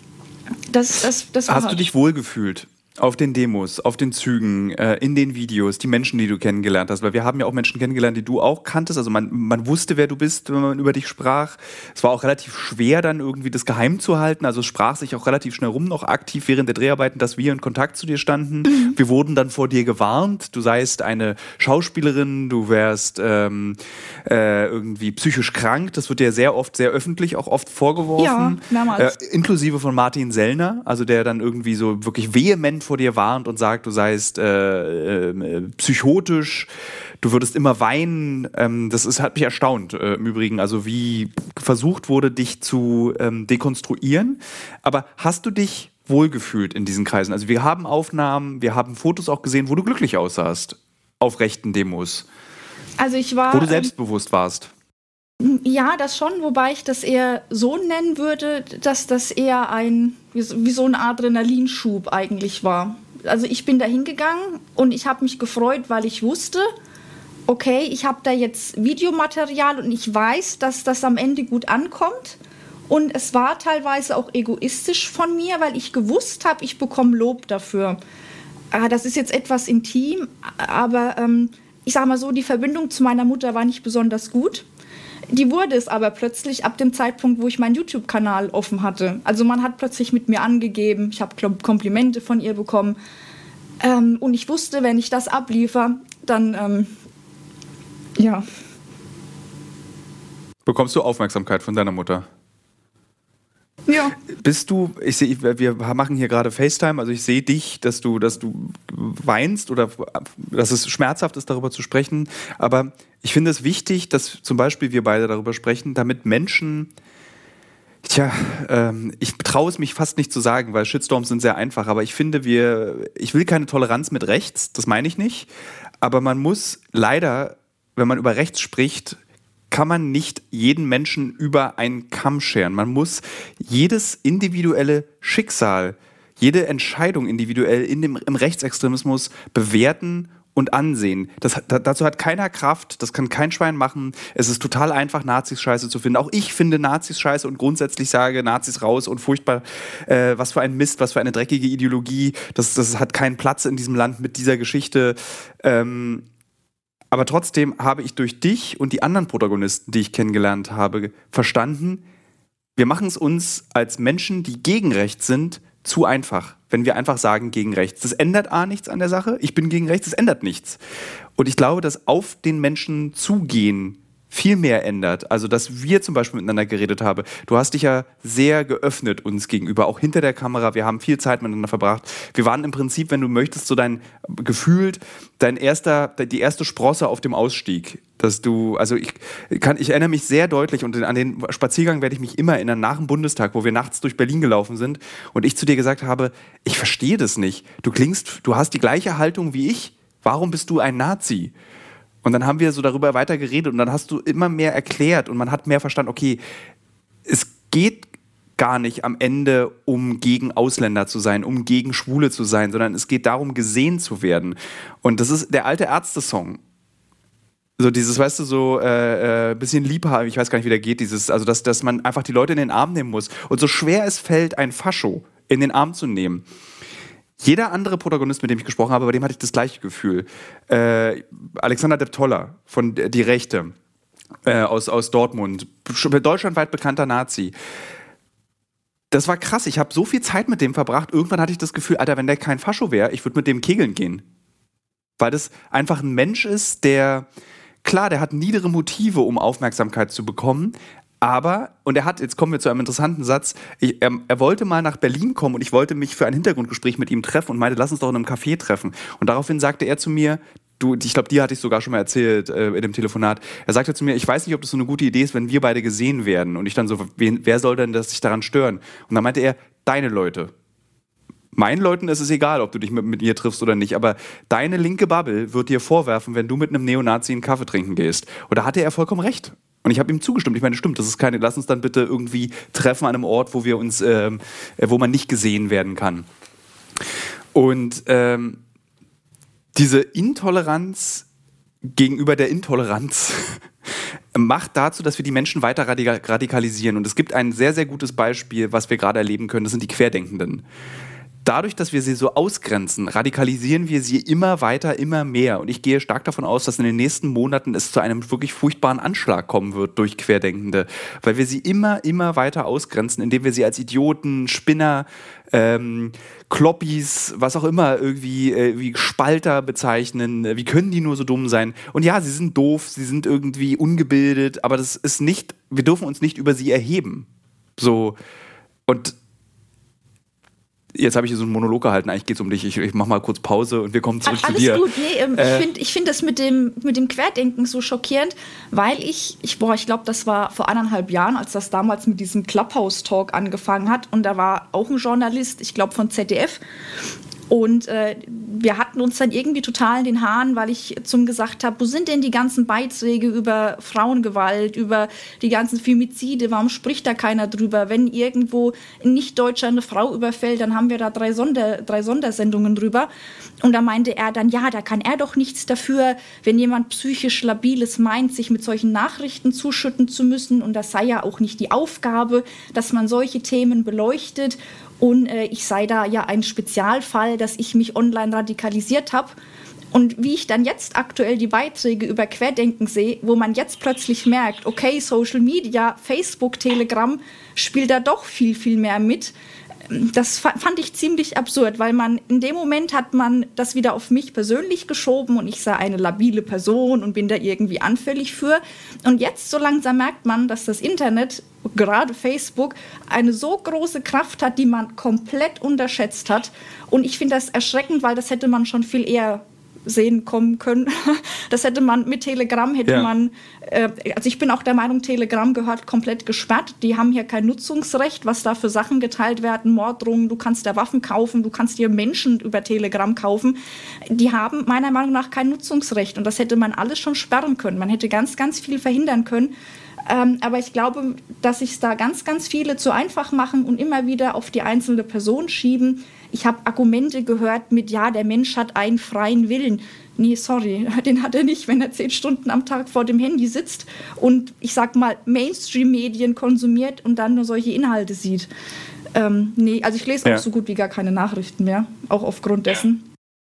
das, das, das Hast du dich wohlgefühlt? Auf den Demos, auf den Zügen, äh, in den Videos, die Menschen, die du kennengelernt hast, weil wir haben ja auch Menschen kennengelernt, die du auch kanntest, also man, man wusste, wer du bist, wenn man über dich sprach. Es war auch relativ schwer, dann irgendwie das geheim zu halten, also es sprach sich auch relativ schnell rum, noch aktiv während der Dreharbeiten, dass wir in Kontakt zu dir standen. Mhm. Wir wurden dann vor dir gewarnt, du seist eine Schauspielerin, du wärst ähm, äh, irgendwie psychisch krank, das wird dir sehr oft, sehr öffentlich auch oft vorgeworfen. Ja, mehrmals. Äh, inklusive von Martin Sellner, also der dann irgendwie so wirklich vehement vor dir warnt und sagt, du seist äh, äh, psychotisch, du würdest immer weinen. Ähm, das ist, hat mich erstaunt äh, im Übrigen, also wie versucht wurde, dich zu ähm, dekonstruieren. Aber hast du dich wohlgefühlt in diesen Kreisen? Also wir haben Aufnahmen, wir haben Fotos auch gesehen, wo du glücklich aussahst auf rechten Demos. Also ich war... Wo du selbstbewusst warst. Ja, das schon, wobei ich das eher so nennen würde, dass das eher ein, wie so, wie so ein Adrenalinschub eigentlich war. Also ich bin da hingegangen und ich habe mich gefreut, weil ich wusste, okay, ich habe da jetzt Videomaterial und ich weiß, dass das am Ende gut ankommt. Und es war teilweise auch egoistisch von mir, weil ich gewusst habe, ich bekomme Lob dafür. Das ist jetzt etwas intim, aber ähm, ich sage mal so, die Verbindung zu meiner Mutter war nicht besonders gut. Die wurde es aber plötzlich ab dem Zeitpunkt, wo ich meinen YouTube-Kanal offen hatte. Also man hat plötzlich mit mir angegeben, ich habe Komplimente von ihr bekommen. Ähm, und ich wusste, wenn ich das abliefer, dann, ähm, ja. Bekommst du Aufmerksamkeit von deiner Mutter? Ja. Bist du, ich sehe, wir machen hier gerade FaceTime, also ich sehe dich, dass du, dass du weinst oder dass es schmerzhaft ist, darüber zu sprechen. Aber ich finde es wichtig, dass zum Beispiel wir beide darüber sprechen, damit Menschen, Tja, ähm, ich traue es mich fast nicht zu sagen, weil Shitstorms sind sehr einfach. Aber ich finde, wir, ich will keine Toleranz mit rechts, das meine ich nicht. Aber man muss leider, wenn man über rechts spricht, kann man nicht jeden Menschen über einen Kamm scheren. Man muss jedes individuelle Schicksal, jede Entscheidung individuell in dem, im Rechtsextremismus bewerten und ansehen. Das, da, dazu hat keiner Kraft, das kann kein Schwein machen. Es ist total einfach, Nazis scheiße zu finden. Auch ich finde Nazis scheiße und grundsätzlich sage, Nazis raus und furchtbar, äh, was für ein Mist, was für eine dreckige Ideologie. Das, das hat keinen Platz in diesem Land mit dieser Geschichte. Ähm, aber trotzdem habe ich durch dich und die anderen Protagonisten, die ich kennengelernt habe, verstanden, wir machen es uns als Menschen, die gegen rechts sind, zu einfach, wenn wir einfach sagen gegen rechts. Das ändert A nichts an der Sache, ich bin gegen rechts, das ändert nichts. Und ich glaube, dass auf den Menschen zugehen viel mehr ändert. Also, dass wir zum Beispiel miteinander geredet haben. Du hast dich ja sehr geöffnet uns gegenüber, auch hinter der Kamera. Wir haben viel Zeit miteinander verbracht. Wir waren im Prinzip, wenn du möchtest, so dein, gefühlt, dein erster, die erste Sprosse auf dem Ausstieg. Dass du, also ich kann, ich erinnere mich sehr deutlich und an den Spaziergang werde ich mich immer erinnern, nach dem Bundestag, wo wir nachts durch Berlin gelaufen sind und ich zu dir gesagt habe, ich verstehe das nicht. Du klingst, du hast die gleiche Haltung wie ich. Warum bist du ein Nazi? Und dann haben wir so darüber weiter geredet und dann hast du immer mehr erklärt und man hat mehr verstanden, okay, es geht gar nicht am Ende um gegen Ausländer zu sein, um gegen Schwule zu sein, sondern es geht darum, gesehen zu werden. Und das ist der alte Ärzte-Song. So dieses, weißt du, so äh, äh, bisschen Liebhaber, ich weiß gar nicht, wie der geht, dieses, also dass, dass man einfach die Leute in den Arm nehmen muss. Und so schwer es fällt, ein Fascho in den Arm zu nehmen. Jeder andere Protagonist, mit dem ich gesprochen habe, bei dem hatte ich das gleiche Gefühl. Äh, Alexander Deptolla von Die Rechte äh, aus, aus Dortmund, deutschlandweit bekannter Nazi. Das war krass, ich habe so viel Zeit mit dem verbracht, irgendwann hatte ich das Gefühl, Alter, wenn der kein Fascho wäre, ich würde mit dem kegeln gehen. Weil das einfach ein Mensch ist, der, klar, der hat niedere Motive, um Aufmerksamkeit zu bekommen, aber, und er hat, jetzt kommen wir zu einem interessanten Satz, ich, er, er wollte mal nach Berlin kommen und ich wollte mich für ein Hintergrundgespräch mit ihm treffen und meinte, lass uns doch in einem Café treffen. Und daraufhin sagte er zu mir, du, ich glaube, dir hatte ich sogar schon mal erzählt äh, in dem Telefonat, er sagte zu mir, ich weiß nicht, ob das so eine gute Idee ist, wenn wir beide gesehen werden. Und ich dann so, wen, wer soll denn das sich daran stören? Und dann meinte er, deine Leute. Meinen Leuten ist es egal, ob du dich mit, mit ihr triffst oder nicht, aber deine linke Bubble wird dir vorwerfen, wenn du mit einem Neonazi einen Kaffee trinken gehst. Und da hatte er vollkommen recht. Und ich habe ihm zugestimmt. Ich meine, stimmt, das ist keine, lass uns dann bitte irgendwie treffen an einem Ort, wo wir uns, ähm, wo man nicht gesehen werden kann. Und ähm, diese Intoleranz gegenüber der Intoleranz macht dazu, dass wir die Menschen weiter radikalisieren. Und es gibt ein sehr, sehr gutes Beispiel, was wir gerade erleben können, das sind die Querdenkenden. Dadurch, dass wir sie so ausgrenzen, radikalisieren wir sie immer weiter, immer mehr. Und ich gehe stark davon aus, dass in den nächsten Monaten es zu einem wirklich furchtbaren Anschlag kommen wird durch Querdenkende. Weil wir sie immer, immer weiter ausgrenzen, indem wir sie als Idioten, Spinner, ähm, Kloppis, was auch immer, irgendwie äh, wie Spalter bezeichnen. Wie können die nur so dumm sein? Und ja, sie sind doof, sie sind irgendwie ungebildet, aber das ist nicht, wir dürfen uns nicht über sie erheben. So, und jetzt habe ich hier so einen Monolog gehalten, eigentlich geht es um dich. Ich, ich mache mal kurz Pause und wir kommen zurück Alles zu dir. Alles gut, nee, ähm, äh, ich finde ich find das mit dem, mit dem Querdenken so schockierend, weil ich, ich boah, ich glaube, das war vor anderthalb Jahren, als das damals mit diesem Clubhouse-Talk angefangen hat und da war auch ein Journalist, ich glaube von Z D F, und äh, wir hatten uns dann irgendwie total in den Haaren, weil ich zum gesagt habe, wo sind denn die ganzen Beiträge über Frauengewalt, über die ganzen Femizide, warum spricht da keiner drüber? Wenn irgendwo ein Nicht-Deutscher eine Frau überfällt, dann haben wir da drei, Sonder, drei Sondersendungen drüber. Und da meinte er dann, ja, da kann er doch nichts dafür, wenn jemand psychisch Labiles meint, sich mit solchen Nachrichten zuschütten zu müssen. Und das sei ja auch nicht die Aufgabe, dass man solche Themen beleuchtet. Und äh, ich sei da ja ein Spezialfall, dass ich mich online radikalisiert habe. Und wie ich dann jetzt aktuell die Beiträge über Querdenken sehe, wo man jetzt plötzlich merkt, okay, Social Media, Facebook, Telegram spielt da doch viel, viel mehr mit. Das fand ich ziemlich absurd, weil man in dem Moment hat man das wieder auf mich persönlich geschoben und ich sei eine labile Person und bin da irgendwie anfällig für. Und jetzt so langsam merkt man, dass das Internet, gerade Facebook, eine so große Kraft hat, die man komplett unterschätzt hat. Und ich finde das erschreckend, weil das hätte man schon viel eher sehen kommen können. Das hätte man mit Telegram, hätte ja. man, äh, also ich bin auch der Meinung, Telegram gehört komplett gesperrt. Die haben hier kein Nutzungsrecht, was da für Sachen geteilt werden, Morddrohungen, du kannst da Waffen kaufen, du kannst dir Menschen über Telegram kaufen. Die haben meiner Meinung nach kein Nutzungsrecht und das hätte man alles schon sperren können. Man hätte ganz, ganz viel verhindern können. Ähm, aber ich glaube, dass sich da ganz, ganz viele zu einfach machen und immer wieder auf die einzelne Person schieben. Ich habe Argumente gehört mit, ja, der Mensch hat einen freien Willen. Nee, sorry, den hat er nicht, wenn er zehn Stunden am Tag vor dem Handy sitzt und, ich sag mal, Mainstream-Medien konsumiert und dann nur solche Inhalte sieht. Ähm, nee, also ich lese ja. auch so gut wie gar keine Nachrichten mehr, auch aufgrund dessen.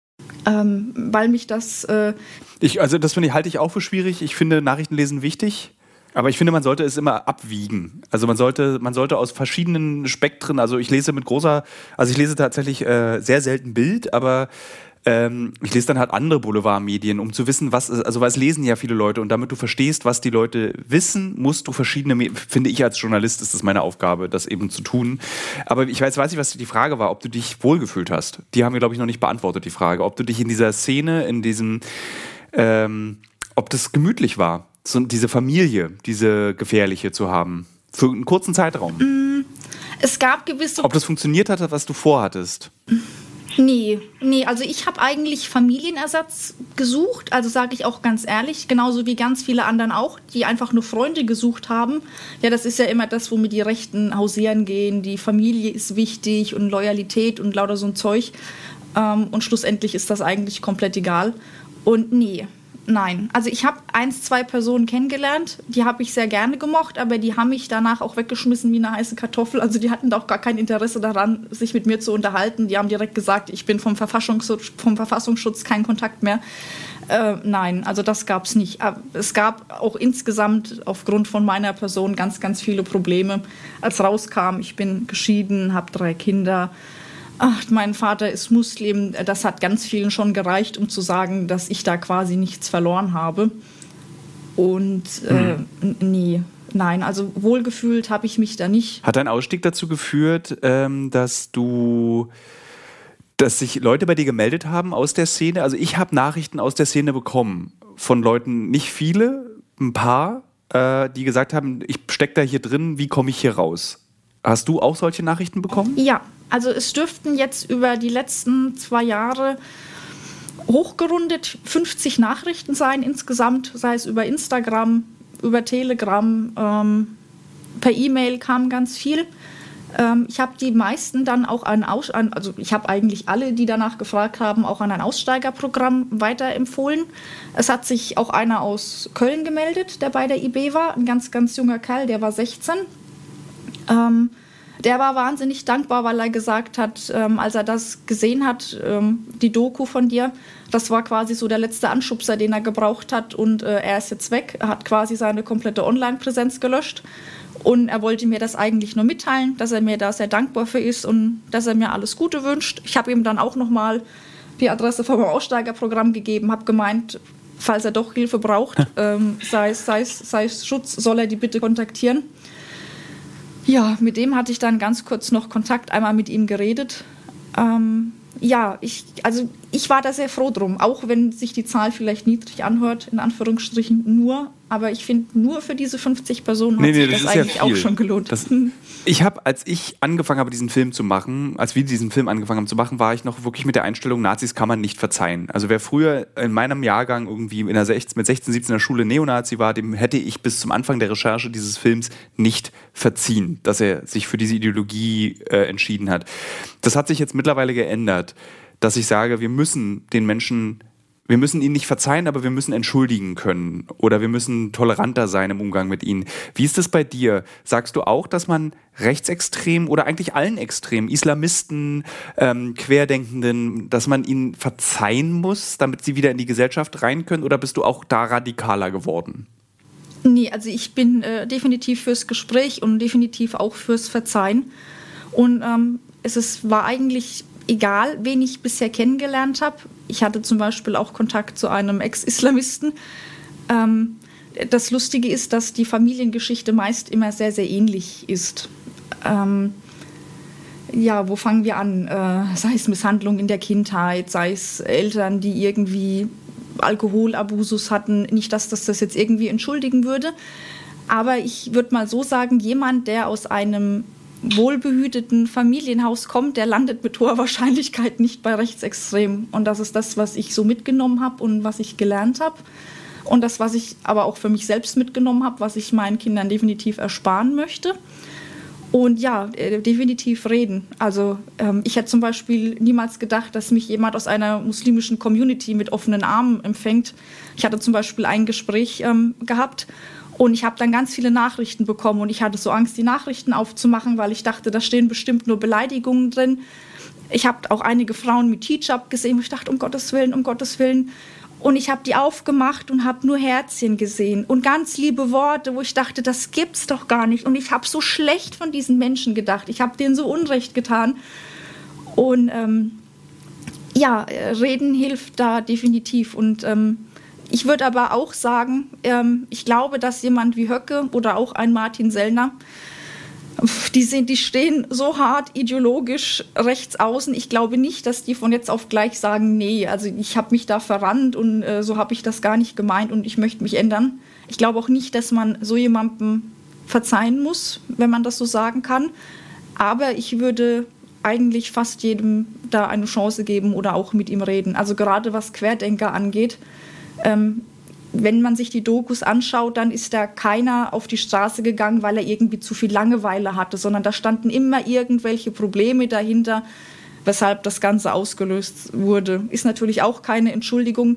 Ähm, weil mich das... Äh ich, also das finde ich, halte ich auch für schwierig. Ich finde Nachrichtenlesen wichtig. Aber ich finde, man sollte es immer abwiegen. Also man sollte, man sollte aus verschiedenen Spektren, also ich lese mit großer, also ich lese tatsächlich äh, sehr selten Bild, aber ähm, ich lese dann halt andere Boulevardmedien, um zu wissen, was, also was lesen ja viele Leute und damit du verstehst, was die Leute wissen, musst du verschiedene, Medien, finde ich als Journalist, ist das meine Aufgabe, das eben zu tun. Aber ich weiß, weiß nicht, was die Frage war, ob du dich wohlgefühlt hast. Die haben wir, glaube ich, noch nicht beantwortet, die Frage. Ob du dich in dieser Szene, in diesem, ähm, ob das gemütlich war. So diese Familie, diese gefährliche zu haben, für einen kurzen Zeitraum. Es gab gewisse... Ob das funktioniert hat, was du vorhattest? Nee, nee, also ich habe eigentlich Familienersatz gesucht, also sage ich auch ganz ehrlich, genauso wie ganz viele anderen auch, die einfach nur Freunde gesucht haben. Ja, das ist ja immer das, womit die Rechten hausieren gehen, die Familie ist wichtig und Loyalität und lauter so ein Zeug. Ähm, und schlussendlich ist das eigentlich komplett egal. Und nee. Nein, also ich habe eins, zwei Personen kennengelernt, die habe ich sehr gerne gemocht, aber die haben mich danach auch weggeschmissen wie eine heiße Kartoffel. Also die hatten auch gar kein Interesse daran, sich mit mir zu unterhalten. Die haben direkt gesagt, ich bin vom Verfassungsschutz, vom Verfassungsschutz kein Kontakt mehr. Äh, nein, also das gab es nicht. Aber es gab auch insgesamt aufgrund von meiner Person ganz, ganz viele Probleme. Als rauskam, ich bin geschieden, habe drei Kinder. Ach, mein Vater ist Muslim, das hat ganz vielen schon gereicht, um zu sagen, dass ich da quasi nichts verloren habe. Und äh, mhm. nee, nein, also wohlgefühlt habe ich mich da nicht. Hat dein Ausstieg dazu geführt, ähm, dass du, dass sich Leute bei dir gemeldet haben aus der Szene? Also ich habe Nachrichten aus der Szene bekommen von Leuten, nicht viele, ein paar, äh, die gesagt haben, ich stecke da hier drin, wie komme ich hier raus? Hast du auch solche Nachrichten bekommen? Ja. Also es dürften jetzt über die letzten zwei Jahre hochgerundet fünfzig Nachrichten sein insgesamt, sei es über Instagram, über Telegram, ähm, per E-Mail kam ganz viel. Ähm, ich habe die meisten dann auch an, Aus- an also ich habe eigentlich alle, die danach gefragt haben, auch an ein Aussteigerprogramm weiterempfohlen. Es hat sich auch einer aus Köln gemeldet, der bei der I B war, ein ganz, ganz junger Kerl, der war sechzehn. Ähm, Der war wahnsinnig dankbar, weil er gesagt hat, ähm, als er das gesehen hat, ähm, die Doku von dir, das war quasi so der letzte Anschubser, den er gebraucht hat und äh, er ist jetzt weg. Er hat quasi seine komplette Online-Präsenz gelöscht und er wollte mir das eigentlich nur mitteilen, dass er mir da sehr dankbar für ist und dass er mir alles Gute wünscht. Ich habe ihm dann auch nochmal die Adresse vom Aussteigerprogramm gegeben, habe gemeint, falls er doch Hilfe braucht, ähm, sei es, sei es, sei es Schutz, soll er die bitte kontaktieren. Ja, mit dem hatte ich dann ganz kurz noch Kontakt, einmal mit ihm geredet. Ähm, ja, ich, also ich war da sehr froh drum, auch wenn sich die Zahl vielleicht niedrig anhört, in Anführungsstrichen nur. Aber ich finde, nur für diese fünfzig Personen hat nee, nee, sich das, das eigentlich ja auch schon gelohnt. Das, ich habe, als ich angefangen habe, diesen Film zu machen, als wir diesen Film angefangen haben zu machen, war ich noch wirklich mit der Einstellung, Nazis kann man nicht verzeihen. Also wer früher in meinem Jahrgang irgendwie in der sechzehn, mit sechzehn, siebzehn in der Schule Neonazi war, dem hätte ich bis zum Anfang der Recherche dieses Films nicht verziehen, dass er sich für diese Ideologie äh, entschieden hat. Das hat sich jetzt mittlerweile geändert, dass ich sage, wir müssen den Menschen... Wir müssen ihnen nicht verzeihen, aber wir müssen entschuldigen können oder wir müssen toleranter sein im Umgang mit ihnen. Wie ist das bei dir? Sagst du auch, dass man Rechtsextremen oder eigentlich allen Extremen, Islamisten, ähm, Querdenkenden, dass man ihnen verzeihen muss, damit sie wieder in die Gesellschaft rein können? Oder bist du auch da radikaler geworden? Nee, also ich bin äh, definitiv fürs Gespräch und definitiv auch fürs Verzeihen. Und ähm, es ist, war eigentlich egal, wen ich bisher kennengelernt habe. Ich hatte zum Beispiel auch Kontakt zu einem Ex-Islamisten. Ähm, das Lustige ist, dass die Familiengeschichte meist immer sehr, sehr ähnlich ist. Ähm, ja, wo fangen wir an? Äh, sei es Misshandlung in der Kindheit, sei es Eltern, die irgendwie Alkoholabusus hatten. Nicht, dass das das jetzt irgendwie entschuldigen würde. Aber ich würde mal so sagen, jemand, der aus einem wohlbehüteten Familienhaus kommt, der landet mit hoher Wahrscheinlichkeit nicht bei Rechtsextremen. Und das ist das, was ich so mitgenommen habe und was ich gelernt habe. Und das, was ich aber auch für mich selbst mitgenommen habe, was ich meinen Kindern definitiv ersparen möchte. Und ja, definitiv reden. Also ähm, ich hätte zum Beispiel niemals gedacht, dass mich jemand aus einer muslimischen Community mit offenen Armen empfängt. Ich hatte zum Beispiel ein Gespräch ähm, gehabt und ich habe dann ganz viele Nachrichten bekommen und ich hatte so Angst, die Nachrichten aufzumachen, weil ich dachte, da stehen bestimmt nur Beleidigungen drin. Ich habe auch einige Frauen mit Hijab gesehen und ich dachte, um Gottes Willen, um Gottes Willen. Und ich habe die aufgemacht und habe nur Herzchen gesehen und ganz liebe Worte, wo ich dachte, das gibt's doch gar nicht. Und ich habe so schlecht von diesen Menschen gedacht. Ich habe denen so Unrecht getan. Und ähm, ja, reden hilft da definitiv. Und ähm, ich würde aber auch sagen, ähm, ich glaube, dass jemand wie Höcke oder auch ein Martin Sellner, Die, sind, die stehen so hart ideologisch rechts außen. Ich glaube nicht, dass die von jetzt auf gleich sagen, nee, also ich habe mich da verrannt und äh, so habe ich das gar nicht gemeint und ich möchte mich ändern. Ich glaube auch nicht, dass man so jemandem verzeihen muss, wenn man das so sagen kann. Aber ich würde eigentlich fast jedem da eine Chance geben oder auch mit ihm reden. Also gerade was Querdenker angeht, ähm, wenn man sich die Dokus anschaut, dann ist da keiner auf die Straße gegangen, weil er irgendwie zu viel Langeweile hatte, sondern da standen immer irgendwelche Probleme dahinter, weshalb das Ganze ausgelöst wurde. Ist natürlich auch keine Entschuldigung,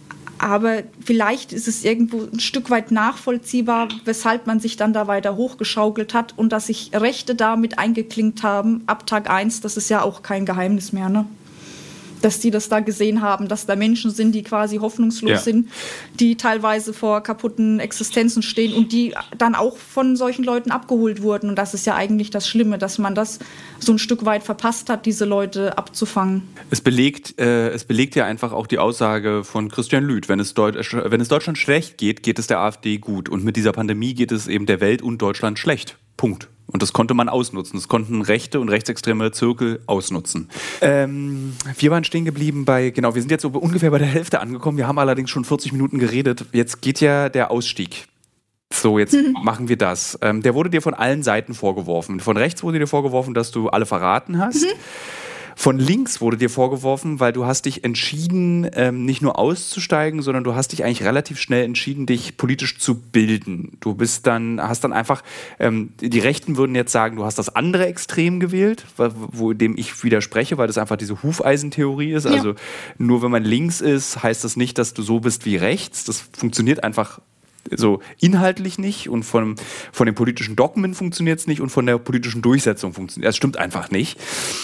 aber vielleicht ist es irgendwo ein Stück weit nachvollziehbar, weshalb man sich dann da weiter hochgeschaukelt hat und dass sich Rechte damit eingeklinkt haben ab Tag eins, das ist ja auch kein Geheimnis mehr, ne? Dass die das da gesehen haben, dass da Menschen sind, die quasi hoffnungslos ja. sind, die teilweise vor kaputten Existenzen stehen und die dann auch von solchen Leuten abgeholt wurden. Und das ist ja eigentlich das Schlimme, dass man das so ein Stück weit verpasst hat, diese Leute abzufangen. Es belegt, äh, es belegt ja einfach auch die Aussage von Christian Lüth, wenn es, Deut- wenn es Deutschland schlecht geht, geht es der AfD gut. Und mit dieser Pandemie geht es eben der Welt und Deutschland schlecht. Punkt. Und das konnte man ausnutzen. Das konnten rechte und rechtsextreme Zirkel ausnutzen. Ähm, wir waren stehen geblieben bei, genau, wir sind jetzt so ungefähr bei der Hälfte angekommen. Wir haben allerdings schon vierzig Minuten geredet. Jetzt geht ja der Ausstieg. So, jetzt mhm. machen wir das. Ähm, der wurde dir von allen Seiten vorgeworfen. Von rechts wurde dir vorgeworfen, dass du alle verraten hast. Mhm. Von links wurde dir vorgeworfen, weil du hast dich entschieden, ähm, nicht nur auszusteigen, sondern du hast dich eigentlich relativ schnell entschieden, dich politisch zu bilden. Du bist dann, hast dann einfach, ähm, die Rechten würden jetzt sagen, du hast das andere Extrem gewählt, wo, wo dem ich widerspreche, weil das einfach diese Hufeisentheorie ist. Ja. Also nur wenn man links ist, heißt das nicht, dass du so bist wie rechts. Das funktioniert einfach so inhaltlich nicht und von, von den politischen Dogmen funktioniert es nicht und von der politischen Durchsetzung funktioniert es. Das stimmt einfach nicht.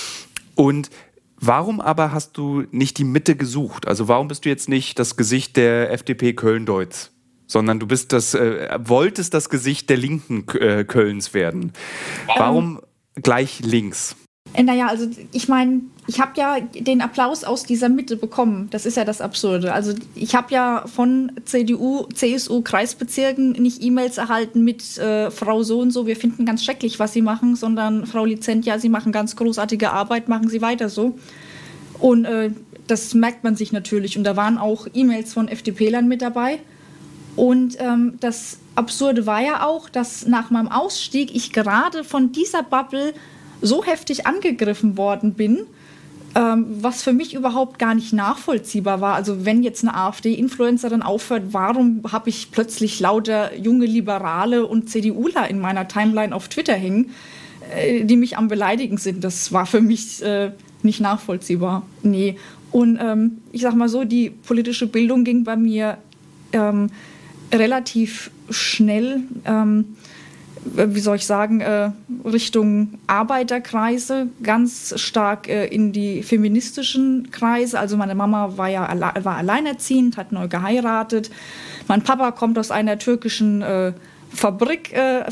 Und warum aber hast du nicht die Mitte gesucht? Also warum bist du jetzt nicht das Gesicht der F D P Köln-Deutz, sondern du bist das, äh, wolltest das Gesicht der Linken äh, Kölns werden? Warum ähm, gleich links? Naja, also ich meine, ich habe ja den Applaus aus dieser Mitte bekommen. Das ist ja das Absurde. Also ich habe ja von C D U, C S U-Kreisbezirken nicht E-Mails erhalten mit äh, Frau so und so, wir finden ganz schrecklich, was Sie machen, sondern Frau Lizent, ja, Sie machen ganz großartige Arbeit, machen Sie weiter so. Und äh, das merkt man sich natürlich. Und da waren auch E-Mails von F D P-Lern mit dabei. Und ähm, das Absurde war ja auch, dass nach meinem Ausstieg ich gerade von dieser Bubble so heftig angegriffen worden bin, ähm, was für mich überhaupt gar nicht nachvollziehbar war. Also wenn jetzt eine AfD-Influencerin aufhört, warum habe ich plötzlich lauter junge Liberale und CDUler in meiner Timeline auf Twitter hängen, äh, die mich am Beleidigen sind? Das war für mich äh, nicht nachvollziehbar. Nee. Und ähm, ich sag mal so, die politische Bildung ging bei mir ähm, relativ schnell, ähm, wie soll ich sagen, äh, Richtung Arbeiterkreise, ganz stark äh, in die feministischen Kreise. Also meine Mama war ja alle, war alleinerziehend, hat neu geheiratet. Mein Papa kommt aus einer türkischen äh, Fabrik, äh,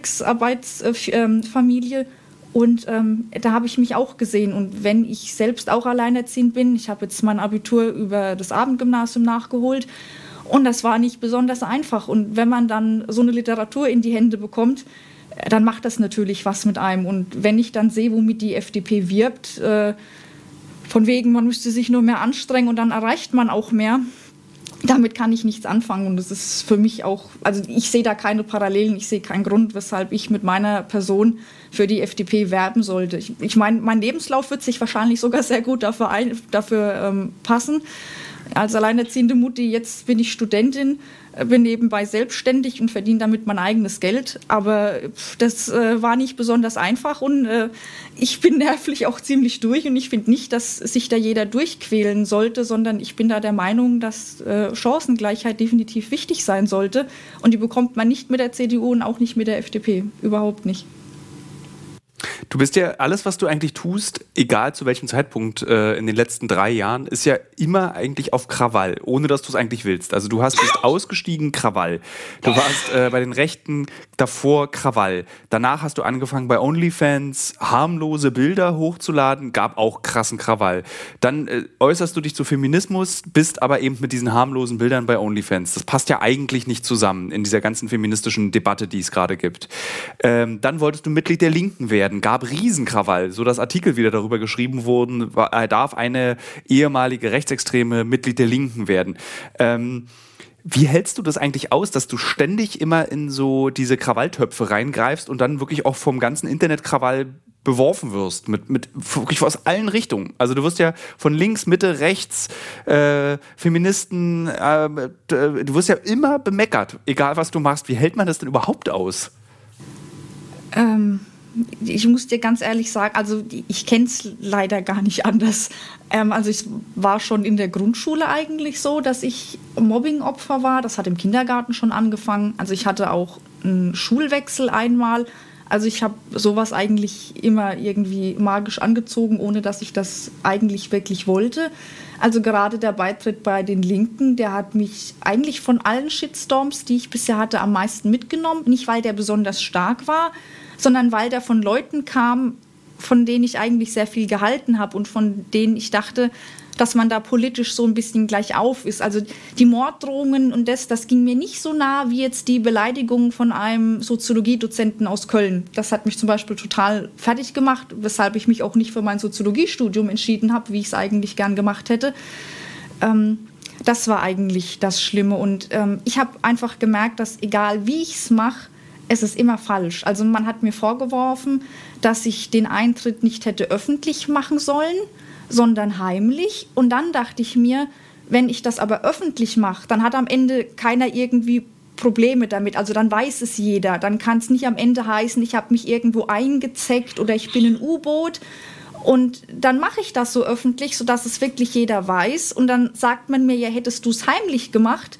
Fabriksarbeitsfamilie. Äh, und ähm, da habe ich mich auch gesehen. Und wenn ich selbst auch alleinerziehend bin, ich habe jetzt mein Abitur über das Abendgymnasium nachgeholt, und das war nicht besonders einfach. Und wenn man dann so eine Literatur in die Hände bekommt, dann macht das natürlich was mit einem. Und wenn ich dann sehe, womit die F D P wirbt, äh, von wegen, man müsste sich nur mehr anstrengen und dann erreicht man auch mehr, damit kann ich nichts anfangen. Und das ist für mich auch, also ich sehe da keine Parallelen, ich sehe keinen Grund, weshalb ich mit meiner Person für die F D P werben sollte. Ich, ich meine, mein Lebenslauf wird sich wahrscheinlich sogar sehr gut dafür, ein, dafür ähm, passen. Als alleinerziehende Mutti, jetzt bin ich Studentin, bin nebenbei selbstständig und verdiene damit mein eigenes Geld. Aber das äh, war nicht besonders einfach und äh, ich bin nervlich auch ziemlich durch. Und ich finde nicht, dass sich da jeder durchquälen sollte, sondern ich bin da der Meinung, dass äh, Chancengleichheit definitiv wichtig sein sollte. Und die bekommt man nicht mit der C D U und auch nicht mit der F D P. Überhaupt nicht. Du bist ja, alles, was du eigentlich tust, egal zu welchem Zeitpunkt äh, in den letzten drei Jahren, ist ja immer eigentlich auf Krawall, ohne dass du es eigentlich willst. Also du hast bist ausgestiegen, Krawall. Du warst äh, bei den Rechten davor, Krawall. Danach hast du angefangen bei OnlyFans harmlose Bilder hochzuladen, gab auch krassen Krawall. Dann äh, äußerst du dich zu Feminismus, bist aber eben mit diesen harmlosen Bildern bei OnlyFans. Das passt ja eigentlich nicht zusammen in dieser ganzen feministischen Debatte, die es gerade gibt. Ähm, dann wolltest du Mitglied der Linken werden, gab Riesenkrawall, sodass Artikel wieder darüber geschrieben wurden, darf eine ehemalige Rechtsextreme Mitglied der Linken werden. Ähm, wie hältst du das eigentlich aus, dass du ständig immer in so diese Krawalltöpfe reingreifst und dann wirklich auch vom ganzen Internetkrawall beworfen wirst, mit, mit wirklich aus allen Richtungen? Also du wirst ja von links, Mitte, rechts, äh, Feministen, äh, du wirst ja immer bemeckert, egal was du machst. Wie hält man das denn überhaupt aus? Ähm... Ich muss dir ganz ehrlich sagen, also ich kenne es leider gar nicht anders. Ähm, also es war schon in der Grundschule eigentlich so, dass ich Mobbing-Opfer war. Das hat im Kindergarten schon angefangen. Also ich hatte auch einen Schulwechsel einmal. Also ich habe sowas eigentlich immer irgendwie magisch angezogen, ohne dass ich das eigentlich wirklich wollte. Also gerade der Beitritt bei den Linken, der hat mich eigentlich von allen Shitstorms, die ich bisher hatte, am meisten mitgenommen. Nicht, weil der besonders stark war, sondern weil der von Leuten kam, von denen ich eigentlich sehr viel gehalten habe und von denen ich dachte, dass man da politisch so ein bisschen gleich auf ist. Also die Morddrohungen und das, das ging mir nicht so nah wie jetzt die Beleidigung von einem Soziologiedozenten aus Köln. Das hat mich zum Beispiel total fertig gemacht, weshalb ich mich auch nicht für mein Soziologiestudium entschieden habe, wie ich es eigentlich gern gemacht hätte. Ähm, das war eigentlich das Schlimme. Und ähm, ich habe einfach gemerkt, dass egal wie ich es mache, es ist immer falsch. Also man hat mir vorgeworfen, dass ich den Eintritt nicht hätte öffentlich machen sollen, sondern heimlich. Und dann dachte ich mir, wenn ich das aber öffentlich mache, dann hat am Ende keiner irgendwie Probleme damit. Also dann weiß es jeder. Dann kann es nicht am Ende heißen, ich habe mich irgendwo eingezeckt oder ich bin ein U-Boot. Und dann mache ich das so öffentlich, sodass es wirklich jeder weiß. Und dann sagt man mir, ja, hättest du es heimlich gemacht.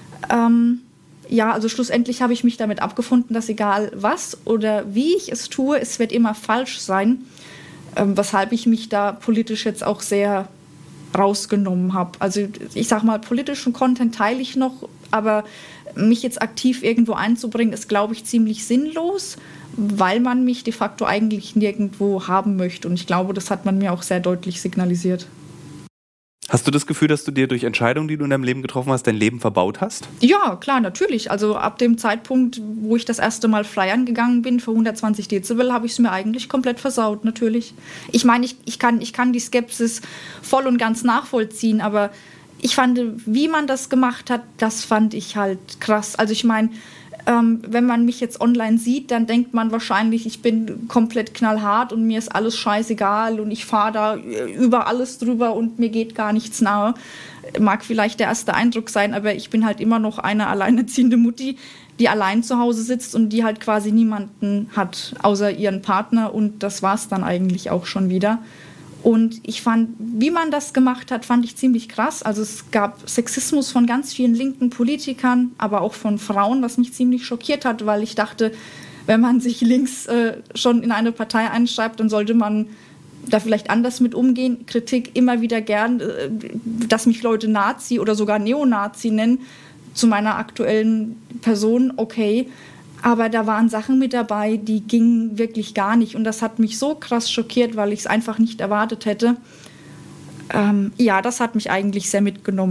Ähm, ja, also schlussendlich habe ich mich damit abgefunden, dass egal was oder wie ich es tue, es wird immer falsch sein. Ähm, weshalb ich mich da politisch jetzt auch sehr rausgenommen habe. Also ich sage mal, politischen Content teile ich noch, aber mich jetzt aktiv irgendwo einzubringen, ist, glaube ich, ziemlich sinnlos, weil man mich de facto eigentlich nirgendwo haben möchte. Und ich glaube, das hat man mir auch sehr deutlich signalisiert. Hast du das Gefühl, dass du dir durch Entscheidungen, die du in deinem Leben getroffen hast, dein Leben verbaut hast? Ja, klar, natürlich. Also ab dem Zeitpunkt, wo ich das erste Mal flyern gegangen bin für hundertzwanzig Dezibel, habe ich es mir eigentlich komplett versaut, natürlich. Ich meine, ich, ich, kann, ich kann die Skepsis voll und ganz nachvollziehen, aber ich fand, wie man das gemacht hat, das fand ich halt krass. Also ich meine, Ähm, wenn man mich jetzt online sieht, dann denkt man wahrscheinlich, ich bin komplett knallhart und mir ist alles scheißegal und ich fahre da über alles drüber und mir geht gar nichts nahe. Mag vielleicht der erste Eindruck sein, aber ich bin halt immer noch eine alleinerziehende Mutti, die allein zu Hause sitzt und die halt quasi niemanden hat, außer ihren Partner, und das war es dann eigentlich auch schon wieder. Und ich fand, wie man das gemacht hat, fand ich ziemlich krass. Also es gab Sexismus von ganz vielen linken Politikern, aber auch von Frauen, was mich ziemlich schockiert hat, weil ich dachte, wenn man sich links äh, schon in eine Partei einschreibt, dann sollte man da vielleicht anders mit umgehen. Kritik immer wieder gern, äh, dass mich Leute Nazi oder sogar Neonazi nennen, zu meiner aktuellen Person, okay. Aber da waren Sachen mit dabei, die gingen wirklich gar nicht. Und das hat mich so krass schockiert, weil ich es einfach nicht erwartet hätte. Ähm, ja, das hat mich eigentlich sehr mitgenommen.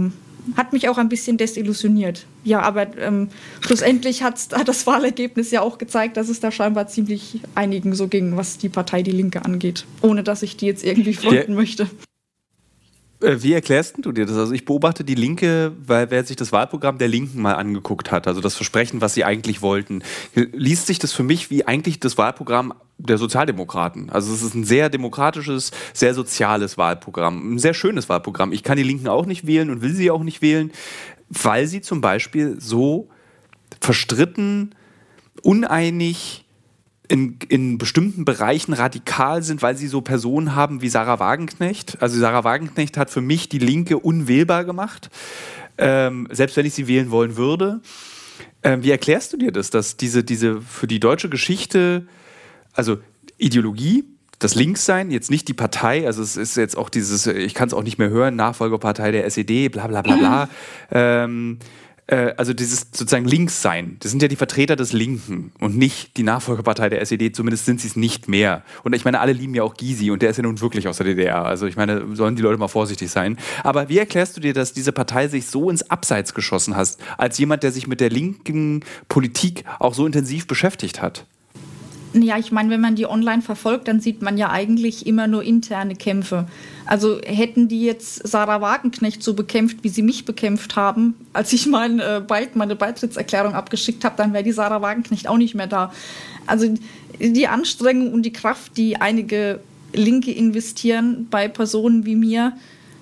hat mich auch ein bisschen desillusioniert. Ja, aber ähm, schlussendlich hat's, hat das Wahlergebnis ja auch gezeigt, dass es da scheinbar ziemlich einigen so ging, was die Partei Die Linke angeht. Ohne, dass ich die jetzt irgendwie fronten ja. möchte. Wie erklärst du dir das? Also ich beobachte die Linke, weil wer sich das Wahlprogramm der Linken mal angeguckt hat, also das Versprechen, was sie eigentlich wollten, liest sich das für mich wie eigentlich das Wahlprogramm der Sozialdemokraten. Also es ist ein sehr demokratisches, sehr soziales Wahlprogramm, ein sehr schönes Wahlprogramm. Ich kann die Linken auch nicht wählen und will sie auch nicht wählen, weil sie zum Beispiel so verstritten, uneinig, In, in bestimmten Bereichen radikal sind, weil sie so Personen haben wie Sarah Wagenknecht. Also Sarah Wagenknecht hat für mich die Linke unwählbar gemacht, ähm, selbst wenn ich sie wählen wollen würde. Ähm, wie erklärst du dir das, dass diese, diese für die deutsche Geschichte, also Ideologie, das Linkssein, jetzt nicht die Partei, also es ist jetzt auch dieses, ich kann es auch nicht mehr hören, Nachfolgerpartei der S E D, bla bla bla bla, ähm, also dieses sozusagen Linkssein, das sind ja die Vertreter des Linken und nicht die Nachfolgepartei der S E D, zumindest sind sie es nicht mehr. Und ich meine, alle lieben ja auch Gysi und der ist ja nun wirklich aus der D D R. Also ich meine, sollen die Leute mal vorsichtig sein. Aber wie erklärst du dir, dass diese Partei sich so ins Abseits geschossen hat, als jemand, der sich mit der linken Politik auch so intensiv beschäftigt hat? Ja, ich meine, wenn man die online verfolgt, dann sieht man ja eigentlich immer nur interne Kämpfe. Also hätten die jetzt Sarah Wagenknecht so bekämpft, wie sie mich bekämpft haben, als ich mein, äh, Beit, meine Beitrittserklärung abgeschickt habe, dann wäre die Sarah Wagenknecht auch nicht mehr da. Also die Anstrengung und die Kraft, die einige Linke investieren bei Personen wie mir,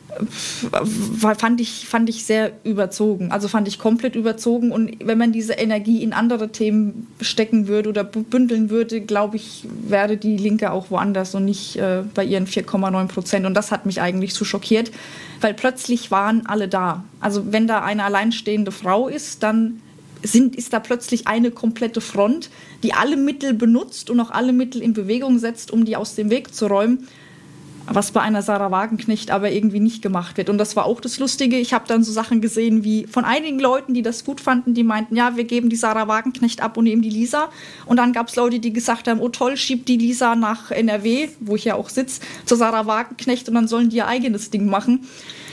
fand ich, fand ich sehr überzogen. Also fand ich komplett überzogen. Und wenn man diese Energie in andere Themen stecken würde oder bündeln würde, glaube ich, wäre die Linke auch woanders und nicht äh, bei ihren vier Komma neun Prozent. Und das hat mich eigentlich so schockiert, weil plötzlich waren alle da. Also wenn da eine alleinstehende Frau ist, dann sind, ist da plötzlich eine komplette Front, die alle Mittel benutzt und auch alle Mittel in Bewegung setzt, um die aus dem Weg zu räumen. Was bei einer Sarah Wagenknecht aber irgendwie nicht gemacht wird. Und das war auch das Lustige. Ich habe dann so Sachen gesehen wie von einigen Leuten, die das gut fanden, die meinten, ja, wir geben die Sarah Wagenknecht ab und nehmen die Lisa. Und dann gab es Leute, die gesagt haben, oh toll, schiebt die Lisa nach N R W, wo ich ja auch sitze, zur Sarah Wagenknecht und dann sollen die ihr eigenes Ding machen.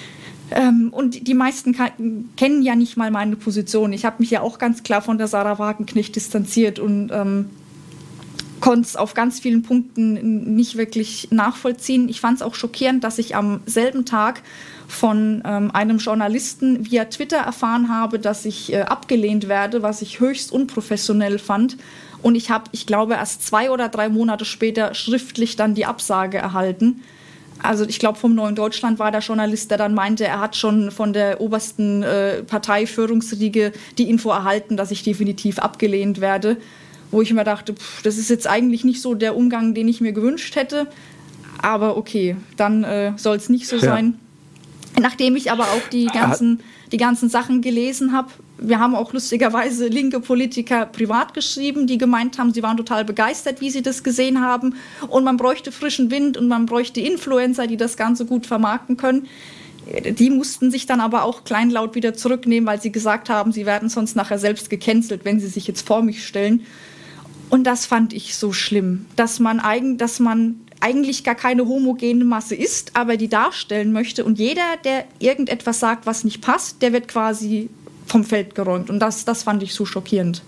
Ähm, und die meisten kann, kennen ja nicht mal meine Position. Ich habe mich ja auch ganz klar von der Sarah Wagenknecht distanziert und ähm, konnte es auf ganz vielen Punkten nicht wirklich nachvollziehen. Ich fand es auch schockierend, dass ich am selben Tag von ähm, einem Journalisten via Twitter erfahren habe, dass ich äh, abgelehnt werde, was ich höchst unprofessionell fand. Und ich habe, ich glaube, erst zwei oder drei Monate später schriftlich dann die Absage erhalten. Also ich glaube, vom Neuen Deutschland war der Journalist, der dann meinte, er hat schon von der obersten äh, Parteiführungsriege die Info erhalten, dass ich definitiv abgelehnt werde. Wo ich mir dachte, pff, das ist jetzt eigentlich nicht so der Umgang, den ich mir gewünscht hätte. Aber okay, dann äh, soll es nicht so ja. sein. Nachdem ich aber auch die ganzen, die ganzen Sachen gelesen habe, wir haben auch lustigerweise linke Politiker privat geschrieben, die gemeint haben, sie waren total begeistert, wie sie das gesehen haben. Und man bräuchte frischen Wind und man bräuchte Influencer, die das Ganze gut vermarkten können. Die mussten sich dann aber auch kleinlaut wieder zurücknehmen, weil sie gesagt haben, sie werden sonst nachher selbst gecancelt, wenn sie sich jetzt vor mich stellen. Und das fand ich so schlimm, dass man, eigen, dass man eigentlich gar keine homogene Masse ist, aber die darstellen möchte. Und jeder, der irgendetwas sagt, was nicht passt, der wird quasi vom Feld geräumt. Und das, das fand ich so schockierend.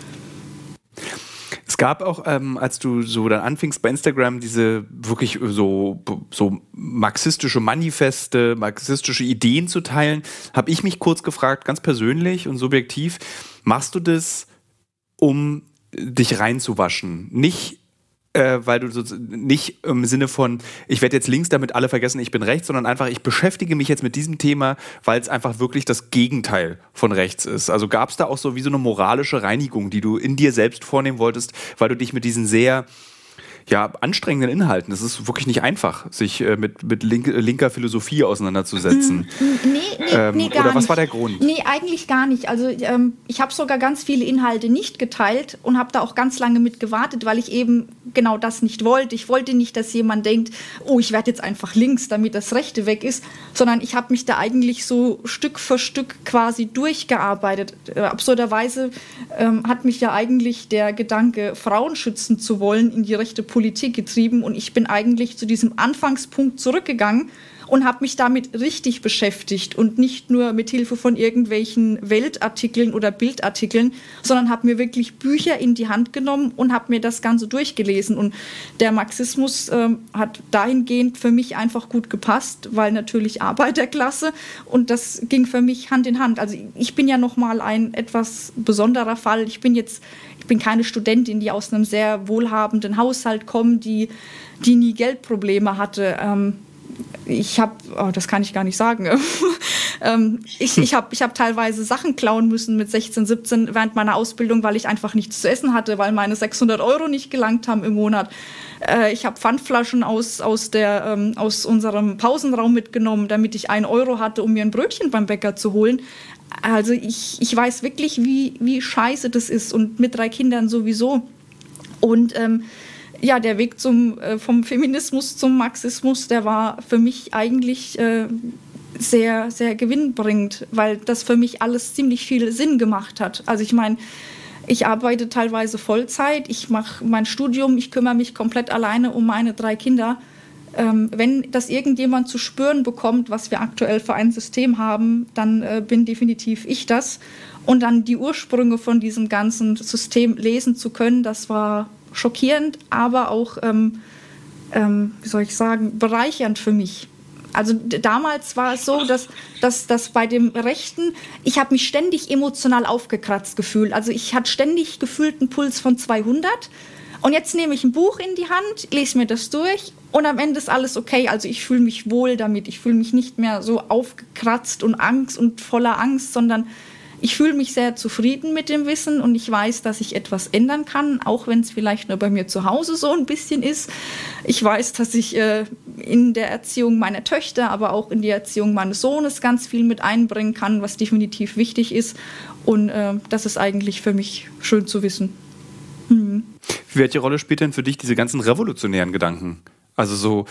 Es gab auch, ähm, als du so dann anfingst bei Instagram, diese wirklich so, so marxistische Manifeste, marxistische Ideen zu teilen, habe ich mich kurz gefragt, ganz persönlich und subjektiv, machst du das, um dich reinzuwaschen? Nicht, äh, weil du so, nicht im Sinne von, ich werde jetzt links, damit alle vergessen, ich bin rechts, sondern einfach, ich beschäftige mich jetzt mit diesem Thema, weil es einfach wirklich das Gegenteil von rechts ist. Also gab es da auch so wie so eine moralische Reinigung, die du in dir selbst vornehmen wolltest, weil du dich mit diesen sehr ja, anstrengenden Inhalten, es ist wirklich nicht einfach, sich äh, mit, mit link, linker Philosophie auseinanderzusetzen. Nee, nee, ähm, nee gar oder was nicht. war der Grund? Nee, eigentlich gar nicht. Also ähm, ich habe sogar ganz viele Inhalte nicht geteilt und habe da auch ganz lange mit gewartet, weil ich eben genau das nicht wollte. Ich wollte nicht, dass jemand denkt, oh, ich werde jetzt einfach links, damit das Rechte weg ist, sondern ich habe mich da eigentlich so Stück für Stück quasi durchgearbeitet. Äh, absurderweise ähm, hat mich ja eigentlich der Gedanke, Frauen schützen zu wollen, in die rechte Politik getrieben und ich bin eigentlich zu diesem Anfangspunkt zurückgegangen, und habe mich damit richtig beschäftigt und nicht nur mit Hilfe von irgendwelchen Weltartikeln oder Bildartikeln, sondern habe mir wirklich Bücher in die Hand genommen und habe mir das Ganze durchgelesen. Und der Marxismus äh, hat dahingehend für mich einfach gut gepasst, weil natürlich Arbeiterklasse, und das ging für mich Hand in Hand. Also ich bin ja nochmal ein etwas besonderer Fall. Ich bin jetzt, ich bin keine Studentin, die aus einem sehr wohlhabenden Haushalt kommt, die, die nie Geldprobleme hatte. Ähm, ich habe, oh, das kann ich gar nicht sagen, ähm, ich, ich habe ich hab teilweise Sachen klauen müssen mit sechzehn, siebzehn während meiner Ausbildung, weil ich einfach nichts zu essen hatte, weil meine sechshundert Euro nicht gelangt haben im Monat. Äh, ich habe Pfandflaschen aus, aus, der, ähm, aus unserem Pausenraum mitgenommen, damit ich einen Euro hatte, um mir ein Brötchen beim Bäcker zu holen. Also ich, ich weiß wirklich, wie, wie scheiße das ist, und mit drei Kindern sowieso. Und ähm, ja, der Weg zum, äh, vom Feminismus zum Marxismus, der war für mich eigentlich äh, sehr, sehr gewinnbringend, weil das für mich alles ziemlich viel Sinn gemacht hat. Also ich meine, ich arbeite teilweise Vollzeit, ich mache mein Studium, ich kümmere mich komplett alleine um meine drei Kinder. Ähm, wenn das irgendjemand zu spüren bekommt, was wir aktuell für ein System haben, dann äh, bin definitiv ich das. Und dann die Ursprünge von diesem ganzen System lesen zu können, das war schockierend, aber auch, ähm, ähm, wie soll ich sagen, bereichernd für mich. Also d- damals war es so, dass, dass, dass bei dem Rechten, ich habe mich ständig emotional aufgekratzt gefühlt. Also ich hatte ständig gefühlt einen Puls von zweihundert. Und jetzt nehme ich ein Buch in die Hand, lese mir das durch und am Ende ist alles okay. Also ich fühle mich wohl damit. Ich fühle mich nicht mehr so aufgekratzt und Angst und voller Angst, sondern ich fühle mich sehr zufrieden mit dem Wissen und ich weiß, dass ich etwas ändern kann, auch wenn es vielleicht nur bei mir zu Hause so ein bisschen ist. Ich weiß, dass ich äh, in der Erziehung meiner Töchter, aber auch in die Erziehung meines Sohnes ganz viel mit einbringen kann, was definitiv wichtig ist. Und äh, das ist eigentlich für mich schön zu wissen. Mhm. Welche Rolle spielt denn für dich diese ganzen revolutionären Gedanken? Also so,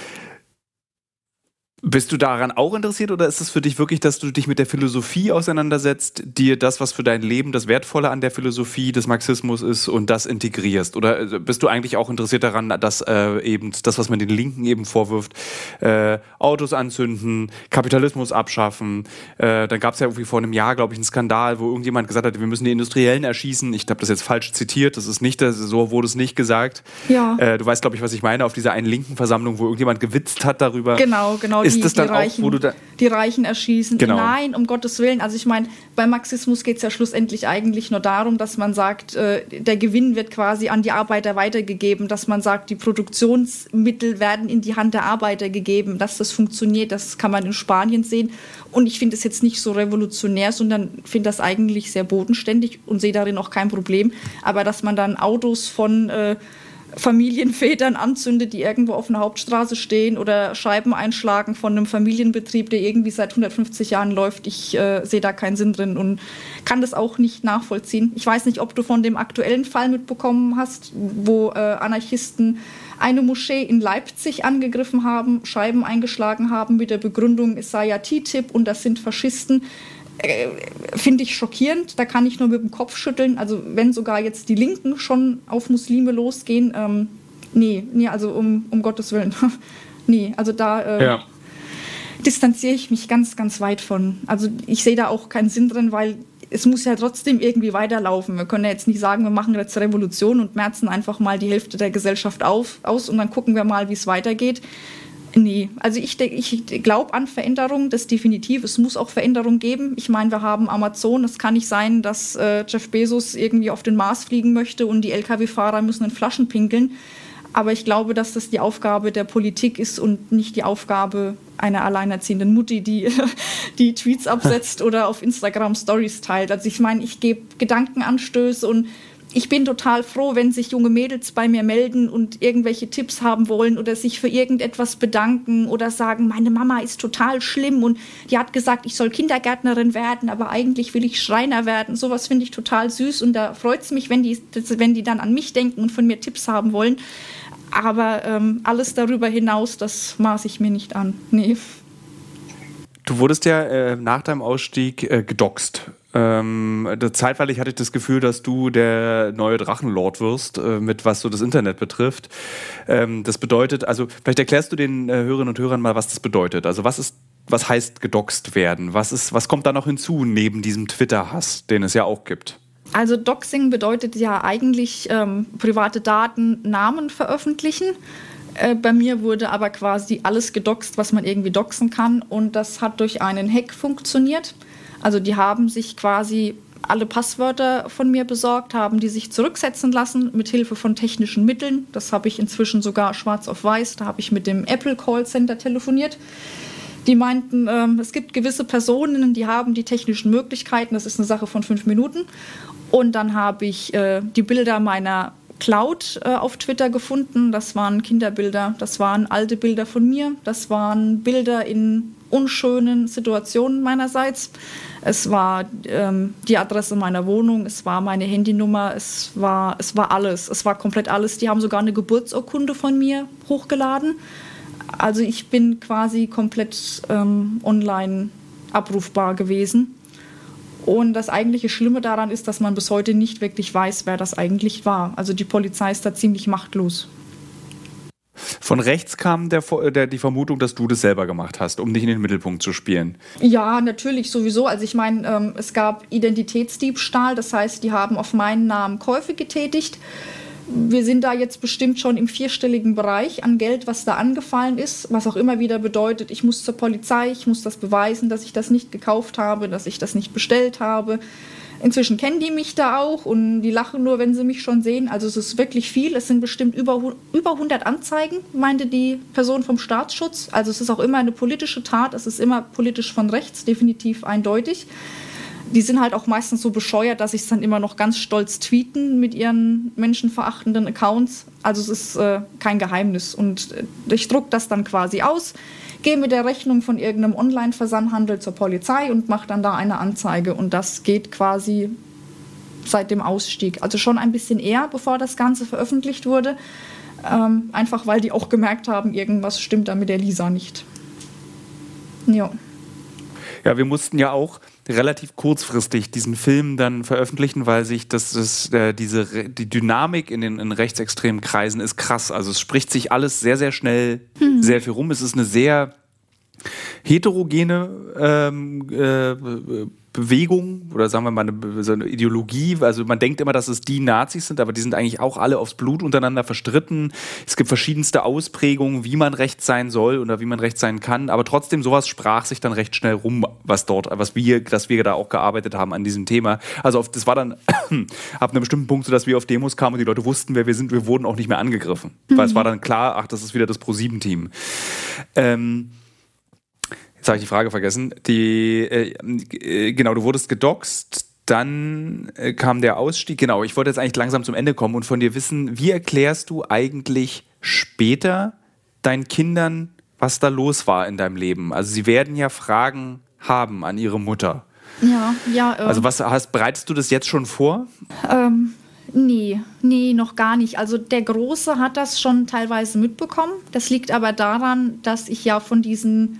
bist du daran auch interessiert oder ist es für dich wirklich, dass du dich mit der Philosophie auseinandersetzt, dir das, was für dein Leben das Wertvolle an der Philosophie des Marxismus ist und das integrierst? Oder bist du eigentlich auch interessiert daran, dass äh, eben das, was man den Linken eben vorwirft, äh, Autos anzünden, Kapitalismus abschaffen? Äh, dann gab es ja irgendwie vor einem Jahr, glaube ich, einen Skandal, wo irgendjemand gesagt hat, wir müssen die Industriellen erschießen. Ich habe das jetzt falsch zitiert, das ist nicht, das, so wurde es nicht gesagt. Ja. Äh, du weißt, glaube ich, was ich meine, auf dieser einen linken Versammlung, wo irgendjemand gewitzt hat darüber. Genau, genau. Ist die, das dann die Reichen, auch, wo du da die Reichen erschießen? Genau. Nein, um Gottes Willen. Also ich meine, beim Marxismus geht es ja schlussendlich eigentlich nur darum, dass man sagt, äh, der Gewinn wird quasi an die Arbeiter weitergegeben, dass man sagt, die Produktionsmittel werden in die Hand der Arbeiter gegeben, dass das funktioniert, das kann man in Spanien sehen. Und ich finde es jetzt nicht so revolutionär, sondern finde das eigentlich sehr bodenständig und sehe darin auch kein Problem. Aber dass man dann Autos von äh, Familienvätern anzündet, die irgendwo auf einer Hauptstraße stehen oder Scheiben einschlagen von einem Familienbetrieb, der irgendwie seit hundertfünfzig Jahren läuft. Ich äh, sehe da keinen Sinn drin und kann das auch nicht nachvollziehen. Ich weiß nicht, ob du von dem aktuellen Fall mitbekommen hast, wo äh, Anarchisten eine Moschee in Leipzig angegriffen haben, Scheiben eingeschlagen haben mit der Begründung, es sei ja T T I P und das sind Faschisten. Äh, finde ich schockierend, da kann ich nur mit dem Kopf schütteln. Also wenn sogar jetzt die Linken schon auf Muslime losgehen, ähm, nee, nee, also um, um Gottes Willen. nee, also da äh, ja. distanziere ich mich ganz, ganz weit von. Also ich sehe da auch keinen Sinn drin, weil es muss ja trotzdem irgendwie weiterlaufen. Wir können ja jetzt nicht sagen, wir machen jetzt Revolution und merzen einfach mal die Hälfte der Gesellschaft auf, aus und dann gucken wir mal, wie es weitergeht. Nee, also ich, ich glaube an Veränderung, das definitiv. Es muss auch Veränderung geben. Ich meine, wir haben Amazon. Es kann nicht sein, dass äh, Jeff Bezos irgendwie auf den Mars fliegen möchte und die L K W-Fahrer müssen in Flaschen pinkeln. Aber ich glaube, dass das die Aufgabe der Politik ist und nicht die Aufgabe einer alleinerziehenden Mutti, die, die Tweets absetzt oder auf Instagram Stories teilt. Also ich meine, ich gebe Gedankenanstöße und ich bin total froh, wenn sich junge Mädels bei mir melden und irgendwelche Tipps haben wollen oder sich für irgendetwas bedanken oder sagen, meine Mama ist total schlimm und die hat gesagt, ich soll Kindergärtnerin werden, aber eigentlich will ich Schreiner werden. Sowas finde ich total süß und da freut es mich, wenn die, wenn die dann an mich denken und von mir Tipps haben wollen. Aber ähm, alles darüber hinaus, das maße ich mir nicht an. Nee. Du wurdest ja äh, nach deinem Ausstieg äh, gedoxt. Ähm, zeitweilig hatte ich das Gefühl, dass du der neue Drachenlord wirst, äh, mit was so das Internet betrifft. Ähm, das bedeutet, also vielleicht erklärst du den äh, Hörerinnen und Hörern mal, was das bedeutet. Also was ist, was heißt gedoxt werden? Was ist, was kommt da noch hinzu neben diesem Twitter-Hass, den es ja auch gibt? Also Doxing bedeutet ja eigentlich ähm, private Daten, Namen veröffentlichen. Äh, bei mir wurde aber quasi alles gedoxt, was man irgendwie doxen kann. Und das hat durch einen Hack funktioniert. Also die haben sich quasi alle Passwörter von mir besorgt, haben die sich zurücksetzen lassen mit Hilfe von technischen Mitteln. Das habe ich inzwischen sogar schwarz auf weiß. Da habe ich mit dem Apple Callcenter telefoniert. Die meinten, ähm, es gibt gewisse Personen, die haben die technischen Möglichkeiten. Das ist eine Sache von fünf Minuten. Und dann habe ich äh, die Bilder meiner Cloud äh, auf Twitter gefunden. Das waren Kinderbilder, das waren alte Bilder von mir, das waren Bilder in unschönen Situationen meinerseits. Es war ähm, die Adresse meiner Wohnung, es war meine Handynummer, es war, es war alles, es war komplett alles. Die haben sogar eine Geburtsurkunde von mir hochgeladen. Also ich bin quasi komplett ähm, online abrufbar gewesen. Und das eigentliche Schlimme daran ist, dass man bis heute nicht wirklich weiß, wer das eigentlich war. Also die Polizei ist da ziemlich machtlos. Von rechts kam der, der, die Vermutung, dass du das selber gemacht hast, um dich in den Mittelpunkt zu spielen. Ja, natürlich sowieso. Also ich meine, ähm, es gab Identitätsdiebstahl. Das heißt, die haben auf meinen Namen Käufe getätigt. Wir sind da jetzt bestimmt schon im vierstelligen Bereich an Geld, was da angefallen ist, was auch immer wieder bedeutet, ich muss zur Polizei, ich muss das beweisen, dass ich das nicht gekauft habe, dass ich das nicht bestellt habe. Inzwischen kennen die mich da auch und die lachen nur, wenn sie mich schon sehen. Also es ist wirklich viel. Es sind bestimmt über, über hundert Anzeigen, meinte die Person vom Staatsschutz. Also es ist auch immer eine politische Tat, es ist immer politisch von rechts, definitiv eindeutig. Die sind halt auch meistens so bescheuert, dass sie es dann immer noch ganz stolz tweeten mit ihren menschenverachtenden Accounts. Also es ist äh, kein Geheimnis. Und ich druck das dann quasi aus, gehe mit der Rechnung von irgendeinem Online-Versandhandel zur Polizei und mache dann da eine Anzeige. Und das geht quasi seit dem Ausstieg. Also schon ein bisschen eher, bevor das Ganze veröffentlicht wurde. Ähm, einfach weil die auch gemerkt haben, irgendwas stimmt da mit der Lisa nicht. Ja. Ja, wir mussten ja auch relativ kurzfristig diesen Film dann veröffentlichen, weil sich das, das äh, diese die Dynamik in den in rechtsextremen Kreisen ist krass. Also es spricht sich alles sehr, sehr schnell mhm. sehr viel rum. Es ist eine sehr heterogene ähm, äh, Bewegung oder sagen wir mal eine, so eine Ideologie. Also man denkt immer, dass es die Nazis sind, aber die sind eigentlich auch alle aufs Blut untereinander verstritten. Es gibt verschiedenste Ausprägungen, wie man rechts sein soll oder wie man rechts sein kann. Aber trotzdem, sowas sprach sich dann recht schnell rum, was dort, was wir, dass wir da auch gearbeitet haben an diesem Thema. Also auf, das war dann ab einem bestimmten Punkt so, dass wir auf Demos kamen und die Leute wussten, wer wir sind. Wir wurden auch nicht mehr angegriffen. Mhm. Weil es war dann klar, ach, das ist wieder das ProSieben-Team. Ähm, Jetzt habe ich die Frage vergessen. Die, äh, genau, du wurdest gedoxt, dann äh, kam der Ausstieg. Genau, ich wollte jetzt eigentlich langsam zum Ende kommen und von dir wissen, wie erklärst du eigentlich später deinen Kindern, was da los war in deinem Leben? Also sie werden ja Fragen haben an ihre Mutter. Ja, ja. Ähm, also was hast, bereitest du das jetzt schon vor? Ähm, nee, nee, noch gar nicht. Also der Große hat das schon teilweise mitbekommen. Das liegt aber daran, dass ich ja von diesen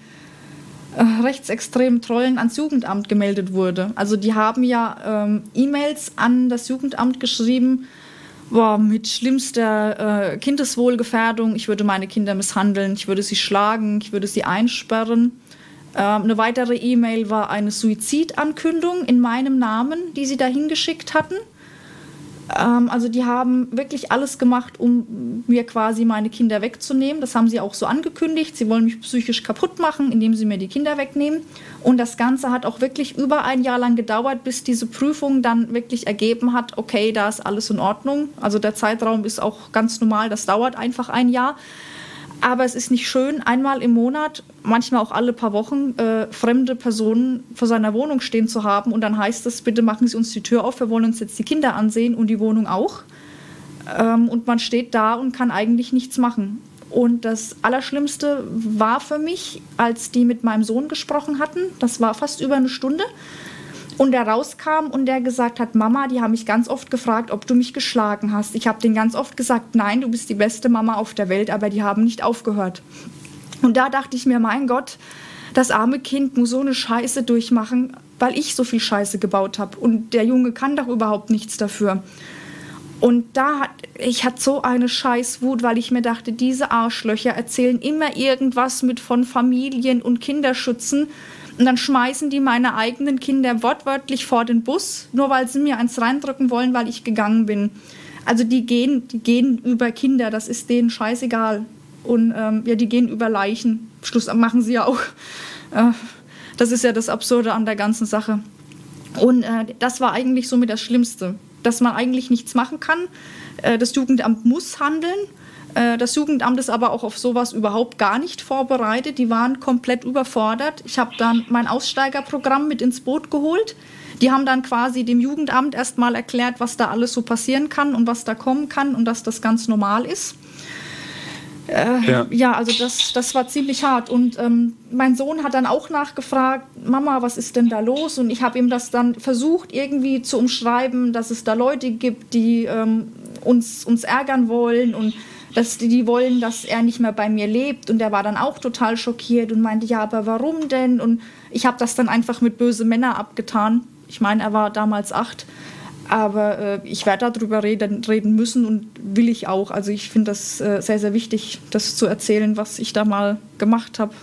rechtsextremen Trollen ans Jugendamt gemeldet wurde. Also die haben ja ähm, E-Mails an das Jugendamt geschrieben, boah, mit schlimmster äh, Kindeswohlgefährdung, ich würde meine Kinder misshandeln, ich würde sie schlagen, ich würde sie einsperren. Ähm, eine weitere E-Mail war eine Suizidankündigung in meinem Namen, die sie da hingeschickt hatten. Ähm, also die haben wirklich alles gemacht, um mir quasi meine Kinder wegzunehmen. Das haben sie auch so angekündigt. Sie wollen mich psychisch kaputt machen, indem sie mir die Kinder wegnehmen. Und das Ganze hat auch wirklich über ein Jahr lang gedauert, bis diese Prüfung dann wirklich ergeben hat, okay, da ist alles in Ordnung. Also der Zeitraum ist auch ganz normal, das dauert einfach ein Jahr. Aber es ist nicht schön, einmal im Monat, manchmal auch alle paar Wochen, äh, fremde Personen vor seiner Wohnung stehen zu haben. Und dann heißt es, bitte machen Sie uns die Tür auf, wir wollen uns jetzt die Kinder ansehen und die Wohnung auch. Ähm, und man steht da und kann eigentlich nichts machen. Und das Allerschlimmste war für mich, als die mit meinem Sohn gesprochen hatten, das war fast über eine Stunde, und der rauskam und der gesagt hat, Mama, die haben mich ganz oft gefragt, ob du mich geschlagen hast. Ich habe denen ganz oft gesagt, nein, du bist die beste Mama auf der Welt, aber die haben nicht aufgehört. Und da dachte ich mir, mein Gott, das arme Kind muss so eine Scheiße durchmachen. weil ich so viel Scheiße gebaut habe. Und der Junge kann doch überhaupt nichts dafür. Und da hat, ich hatte so eine Scheißwut, weil ich mir dachte, diese Arschlöcher erzählen immer irgendwas mit von Familien und Kinderschützen. Und dann schmeißen die meine eigenen Kinder wortwörtlich vor den Bus, nur weil sie mir eins reindrücken wollen, weil ich gegangen bin. Also die gehen, die gehen über Kinder, das ist denen scheißegal. Und ähm, ja, die gehen über Leichen. Schluss machen sie ja auch. Äh, das ist ja das Absurde an der ganzen Sache. Und äh, das war eigentlich somit das Schlimmste. Dass man eigentlich nichts machen kann. Das Jugendamt muss handeln. Das Jugendamt ist aber auch auf sowas überhaupt gar nicht vorbereitet. Die waren komplett überfordert. Ich habe dann mein Aussteigerprogramm mit ins Boot geholt. Die haben dann quasi dem Jugendamt erst mal erklärt, was da alles so passieren kann und was da kommen kann und dass das ganz normal ist. Äh, ja. ja, also das, das war ziemlich hart. Und ähm, mein Sohn hat dann auch nachgefragt, Mama, was ist denn da los? Und ich habe ihm das dann versucht, irgendwie zu umschreiben, dass es da Leute gibt, die ähm, uns, uns ärgern wollen und dass die, die wollen, dass er nicht mehr bei mir lebt. Und er war dann auch total schockiert und meinte, ja, aber warum denn? Und ich habe das dann einfach mit böse Männer abgetan. Ich meine, er war damals acht. Aber äh, ich werde darüber reden, reden müssen und will ich auch. Also ich finde das äh, sehr, sehr wichtig, das zu erzählen, was ich da mal gemacht habe.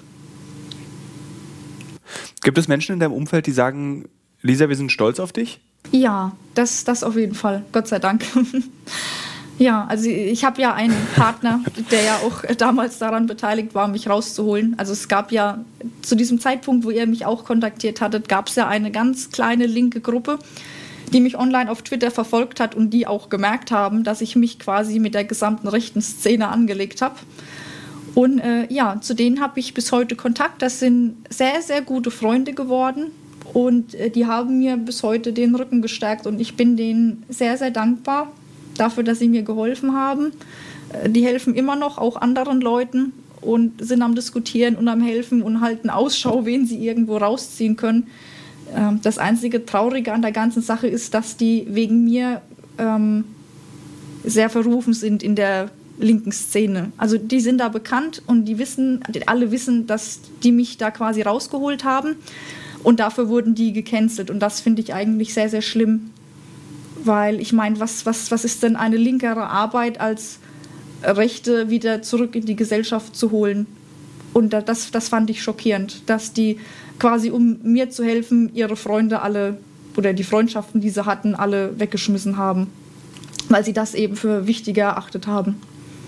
Gibt es Menschen in deinem Umfeld, die sagen, Lisa, wir sind stolz auf dich? Ja, das, das auf jeden Fall. Gott sei Dank. Ja, also ich habe ja einen Partner, der ja auch damals daran beteiligt war, mich rauszuholen. Also es gab ja zu diesem Zeitpunkt, wo ihr mich auch kontaktiert hattet, gab es ja eine ganz kleine linke Gruppe, die mich online auf Twitter verfolgt hat und die auch gemerkt haben, dass ich mich quasi mit der gesamten rechten Szene angelegt habe. Und äh, ja, zu denen habe ich bis heute Kontakt. Das sind sehr, sehr gute Freunde geworden und äh, die haben mir bis heute den Rücken gestärkt und ich bin denen sehr, sehr dankbar dafür, dass sie mir geholfen haben. Äh, die helfen immer noch auch anderen Leuten und sind am Diskutieren und am Helfen und halten Ausschau, wen sie irgendwo rausziehen können. Das einzige Traurige an der ganzen Sache ist, dass die wegen mir ähm, sehr verrufen sind in der linken Szene. Also die sind da bekannt und die wissen, alle wissen, dass die mich da quasi rausgeholt haben und dafür wurden die gecancelt. Und das finde ich eigentlich sehr, sehr schlimm, weil ich meine, was, was, was ist denn eine linkere Arbeit, als Rechte wieder zurück in die Gesellschaft zu holen? Und das, das fand ich schockierend, dass die quasi, um mir zu helfen, ihre Freunde alle oder die Freundschaften, die sie hatten, alle weggeschmissen haben, weil sie das eben für wichtiger erachtet haben.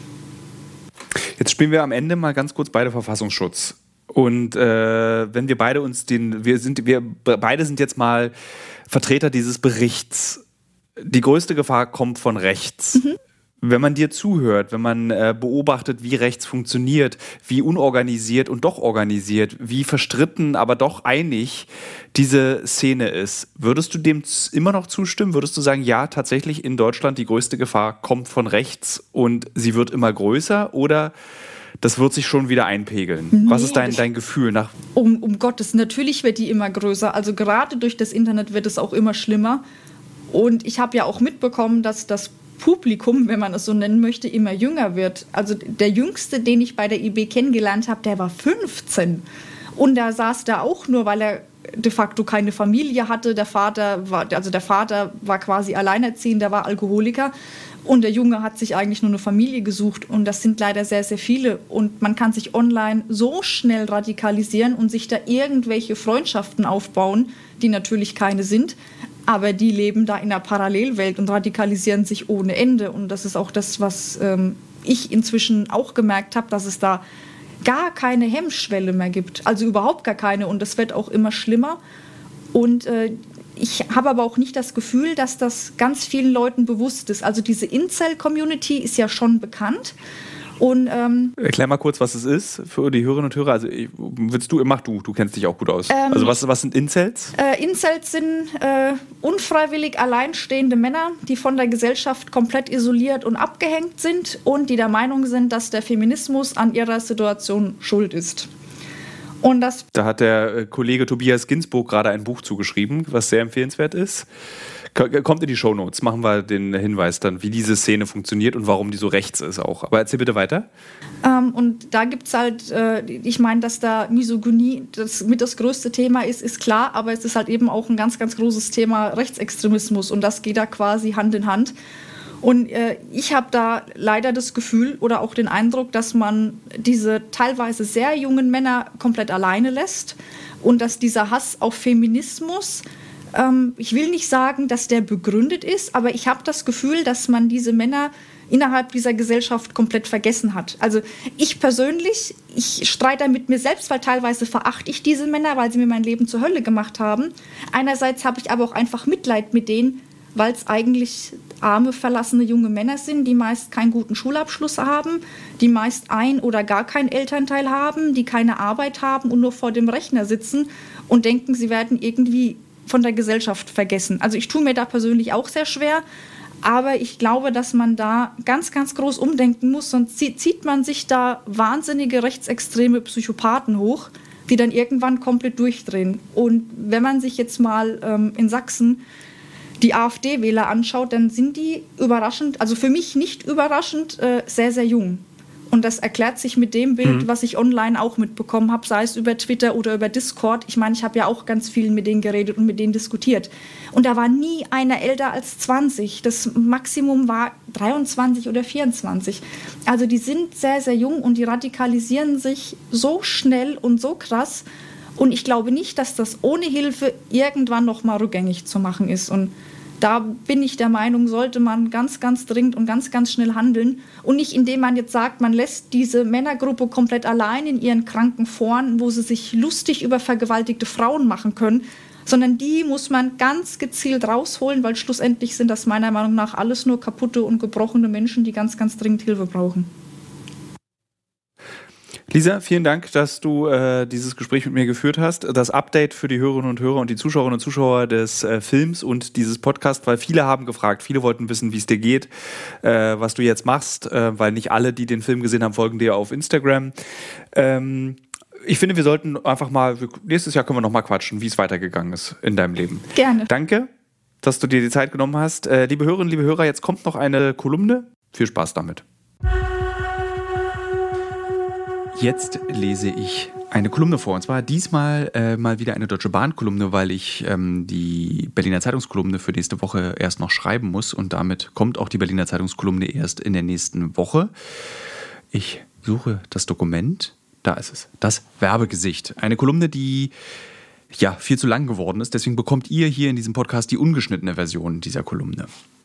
Jetzt spielen wir am Ende mal ganz kurz beide Verfassungsschutz. Und äh, wenn wir beide uns den, wir sind, wir beide sind jetzt mal Vertreter dieses Berichts. Die größte Gefahr kommt von rechts. Mhm. Wenn man dir zuhört, wenn man äh, beobachtet, wie rechts funktioniert, wie unorganisiert und doch organisiert, wie verstritten, aber doch einig diese Szene ist, würdest du dem immer noch zustimmen? Würdest du sagen, ja, tatsächlich in Deutschland die größte Gefahr kommt von rechts und sie wird immer größer, oder das wird sich schon wieder einpegeln? Nee, was ist dein, dein Gefühl nach? Um, um Gottes, natürlich wird die immer größer. Also gerade durch das Internet wird es auch immer schlimmer. Und ich habe ja auch mitbekommen, dass das Publikum, wenn man es so nennen möchte, immer jünger wird. Also der Jüngste, den ich bei der I B kennengelernt habe, der war fünfzehn. Und da saß der auch nur, weil er de facto keine Familie hatte. Der Vater war, also der Vater war quasi alleinerziehend, der war Alkoholiker. Und der Junge hat sich eigentlich nur eine Familie gesucht. Und das sind leider sehr, sehr viele. Und man kann sich online so schnell radikalisieren und sich da irgendwelche Freundschaften aufbauen, die natürlich keine sind. Aber die leben da in einer Parallelwelt und radikalisieren sich ohne Ende. Und das ist auch das, was ähm, ich inzwischen auch gemerkt habe, dass es da gar keine Hemmschwelle mehr gibt. Also überhaupt gar keine. Und das wird auch immer schlimmer. Und äh, ich habe aber auch nicht das Gefühl, dass das ganz vielen Leuten bewusst ist. Also diese Incel-Community ist ja schon bekannt. Und, ähm, erklär mal kurz, was es ist für die Hörerinnen und Hörer. Also willst du, mach du, du kennst dich auch gut aus. Ähm, also was, was sind Incels? Äh, Incels sind äh, unfreiwillig alleinstehende Männer, die von der Gesellschaft komplett isoliert und abgehängt sind und die der Meinung sind, dass der Feminismus an ihrer Situation schuld ist. Und das da hat der Kollege Tobias Ginsburg gerade ein Buch zugeschrieben, was sehr empfehlenswert ist. Kommt in die Shownotes, machen wir den Hinweis dann, wie diese Szene funktioniert und warum die so rechts ist auch. Aber erzähl bitte weiter. Ähm, und da gibt es halt, äh, ich meine, dass da Misogynie das mit das größte Thema ist, ist klar, aber es ist halt eben auch ein ganz, ganz großes Thema Rechtsextremismus und das geht da quasi Hand in Hand. Und äh, ich habe da leider das Gefühl oder auch den Eindruck, dass man diese teilweise sehr jungen Männer komplett alleine lässt und dass dieser Hass auf Feminismus, ähm, ich will nicht sagen, dass der begründet ist, aber ich habe das Gefühl, dass man diese Männer innerhalb dieser Gesellschaft komplett vergessen hat. Also ich persönlich, ich streite mit mir selbst, weil teilweise verachte ich diese Männer, weil sie mir mein Leben zur Hölle gemacht haben. Einerseits habe ich aber auch einfach Mitleid mit denen, weil es eigentlich arme, verlassene junge Männer sind, die meist keinen guten Schulabschluss haben, die meist ein oder gar keinen Elternteil haben, die keine Arbeit haben und nur vor dem Rechner sitzen und denken, sie werden irgendwie von der Gesellschaft vergessen. Also ich tue mir da persönlich auch sehr schwer, aber ich glaube, dass man da ganz, ganz groß umdenken muss, sonst zieht man sich da wahnsinnige rechtsextreme Psychopathen hoch, die dann irgendwann komplett durchdrehen. Und wenn man sich jetzt mal ähm, in Sachsen die AfD-Wähler anschaut, dann sind die überraschend, also für mich nicht überraschend, äh, sehr, sehr jung. Und das erklärt sich mit dem Bild, mhm. was ich online auch mitbekommen habe, sei es über Twitter oder über Discord. Ich meine, ich habe ja auch ganz viel mit denen geredet und mit denen diskutiert. Und da war nie einer älter als zwanzig. Das Maximum war dreiundzwanzig oder vierundzwanzig. Also die sind sehr, sehr jung und die radikalisieren sich so schnell und so krass. Und ich glaube nicht, dass das ohne Hilfe irgendwann noch mal rückgängig zu machen ist. Und da bin ich der Meinung, sollte man ganz, ganz dringend und ganz, ganz schnell handeln. Und nicht, indem man jetzt sagt, man lässt diese Männergruppe komplett allein in ihren kranken Foren, wo sie sich lustig über vergewaltigte Frauen machen können, sondern die muss man ganz gezielt rausholen, weil schlussendlich sind das meiner Meinung nach alles nur kaputte und gebrochene Menschen, die ganz, ganz dringend Hilfe brauchen. Lisa, vielen Dank, dass du äh, dieses Gespräch mit mir geführt hast. Das Update für die Hörerinnen und Hörer und die Zuschauerinnen und Zuschauer des äh, Films und dieses Podcasts, weil viele haben gefragt, viele wollten wissen, wie es dir geht, äh, was du jetzt machst, äh, weil nicht alle, die den Film gesehen haben, folgen dir auf Instagram. Ähm, ich finde, wir sollten einfach mal, nächstes Jahr können wir noch mal quatschen, wie es weitergegangen ist in deinem Leben. Gerne. Danke, dass du dir die Zeit genommen hast. Äh, liebe Hörerinnen, liebe Hörer, jetzt kommt noch eine Kolumne. Viel Spaß damit. Jetzt lese ich eine Kolumne vor, und zwar diesmal äh, mal wieder eine Deutsche Bahn-Kolumne, weil ich ähm, die Berliner Zeitungskolumne für nächste Woche erst noch schreiben muss und damit kommt auch die Berliner Zeitungskolumne erst in der nächsten Woche. Ich suche das Dokument, da ist es, das Werbegesicht. Eine Kolumne, die ja viel zu lang geworden ist, deswegen bekommt ihr hier in diesem Podcast die ungeschnittene Version dieser Kolumne.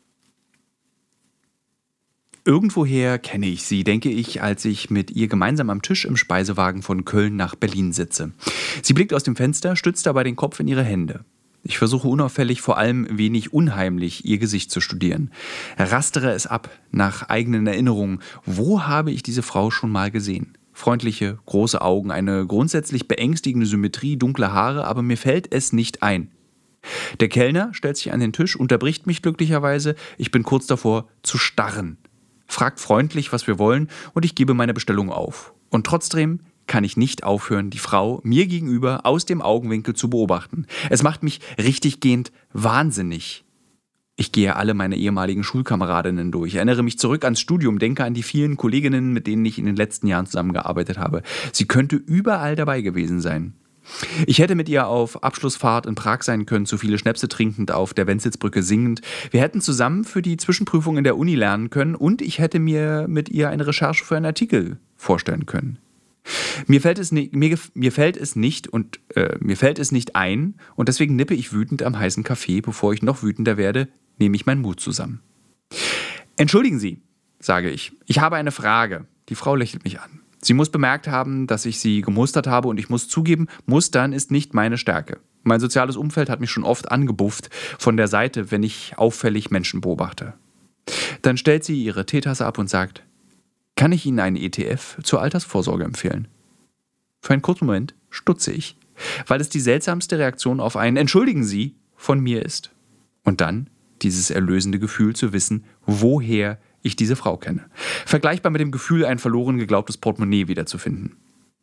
Irgendwoher kenne ich sie, denke ich, als ich mit ihr gemeinsam am Tisch im Speisewagen von Köln nach Berlin sitze. Sie blickt aus dem Fenster, stützt dabei den Kopf in ihre Hände. Ich versuche unauffällig, vor allem wenig unheimlich, ihr Gesicht zu studieren. Rastere es ab, nach eigenen Erinnerungen. Wo habe ich diese Frau schon mal gesehen? Freundliche, große Augen, eine grundsätzlich beängstigende Symmetrie, dunkle Haare, aber mir fällt es nicht ein. Der Kellner stellt sich an den Tisch, unterbricht mich glücklicherweise. Ich bin kurz davor zu starren. Fragt freundlich, was wir wollen, und ich gebe meine Bestellung auf. Und trotzdem kann ich nicht aufhören, die Frau mir gegenüber aus dem Augenwinkel zu beobachten. Es macht mich richtiggehend wahnsinnig. Ich gehe alle meine ehemaligen Schulkameradinnen durch, erinnere mich zurück ans Studium, denke an die vielen Kolleginnen, mit denen ich in den letzten Jahren zusammengearbeitet habe. Sie könnte überall dabei gewesen sein. Ich hätte mit ihr auf Abschlussfahrt in Prag sein können, zu viele Schnäpse trinkend, auf der Wenzelbrücke singend. Wir hätten zusammen für die Zwischenprüfung in der Uni lernen können und ich hätte mir mit ihr eine Recherche für einen Artikel vorstellen können. Mir fällt es, ni- mir, mir fällt es nicht und äh, mir fällt es nicht ein und deswegen nippe ich wütend am heißen Kaffee. Bevor ich noch wütender werde, nehme ich meinen Mut zusammen. Entschuldigen Sie, sage ich. Ich habe eine Frage. Die Frau lächelt mich an. Sie muss bemerkt haben, dass ich sie gemustert habe und ich muss zugeben, Mustern ist nicht meine Stärke. Mein soziales Umfeld hat mich schon oft angebufft von der Seite, wenn ich auffällig Menschen beobachte. Dann stellt sie ihre Teetasse ab und sagt, kann ich Ihnen einen E T F zur Altersvorsorge empfehlen? Für einen kurzen Moment stutze ich, weil es die seltsamste Reaktion auf ein Entschuldigen Sie von mir ist. Und dann dieses erlösende Gefühl zu wissen, woher ich diese Frau kenne. Vergleichbar mit dem Gefühl, ein verloren geglaubtes Portemonnaie wiederzufinden.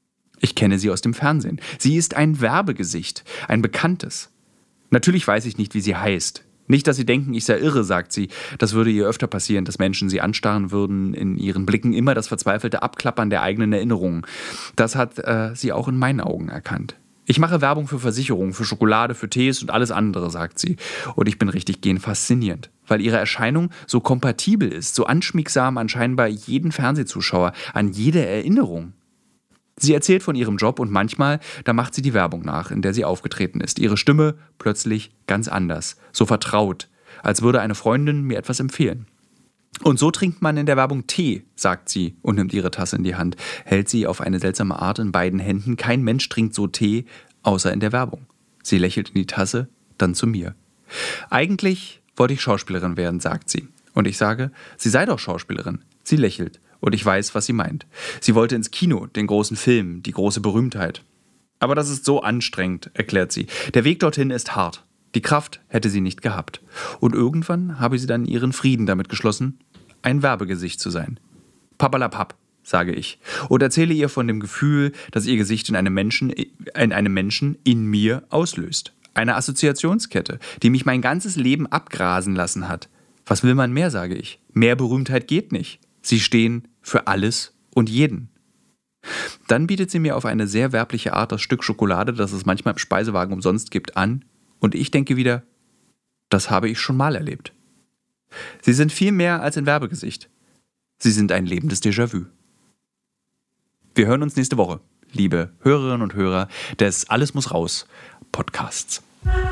Ich kenne sie aus dem Fernsehen. Sie ist ein Werbegesicht, ein bekanntes. Natürlich weiß ich nicht, wie sie heißt. Nicht, dass Sie denken, ich sei irre, sagt sie. Das würde ihr öfter passieren, dass Menschen sie anstarren würden, in ihren Blicken immer das verzweifelte Abklappern der eigenen Erinnerungen. Das hat äh, sie auch in meinen Augen erkannt. Ich mache Werbung für Versicherungen, für Schokolade, für Tees und alles andere, sagt sie. Und ich bin richtig gehend faszinierend, weil ihre Erscheinung so kompatibel ist, so anschmiegsam an scheinbar jeden Fernsehzuschauer, an jede Erinnerung. Sie erzählt von ihrem Job und manchmal, da macht sie die Werbung nach, in der sie aufgetreten ist. Ihre Stimme plötzlich ganz anders, so vertraut, als würde eine Freundin mir etwas empfehlen. Und so trinkt man in der Werbung Tee, sagt sie und nimmt ihre Tasse in die Hand, hält sie auf eine seltsame Art in beiden Händen. Kein Mensch trinkt so Tee, außer in der Werbung. Sie lächelt in die Tasse, dann zu mir. Eigentlich wollte ich Schauspielerin werden, sagt sie. Und ich sage, sie sei doch Schauspielerin. Sie lächelt. Und ich weiß, was sie meint. Sie wollte ins Kino, den großen Film, die große Berühmtheit. Aber das ist so anstrengend, erklärt sie. Der Weg dorthin ist hart. Die Kraft hätte sie nicht gehabt. Und irgendwann habe sie dann ihren Frieden damit geschlossen, ein Werbegesicht zu sein. Papalapap, sage ich. Und erzähle ihr von dem Gefühl, das ihr Gesicht in einem Menschen, in einem Menschen in mir auslöst. Eine Assoziationskette, die mich mein ganzes Leben abgrasen lassen hat. Was will man mehr, sage ich. Mehr Berühmtheit geht nicht. Sie stehen für alles und jeden. Dann bietet sie mir auf eine sehr werbliche Art das Stück Schokolade, das es manchmal im Speisewagen umsonst gibt, an. Und ich denke wieder, das habe ich schon mal erlebt. Sie sind viel mehr als ein Werbegesicht. Sie sind ein lebendes Déjà-vu. Wir hören uns nächste Woche, liebe Hörerinnen und Hörer des Alles muss raus Podcasts.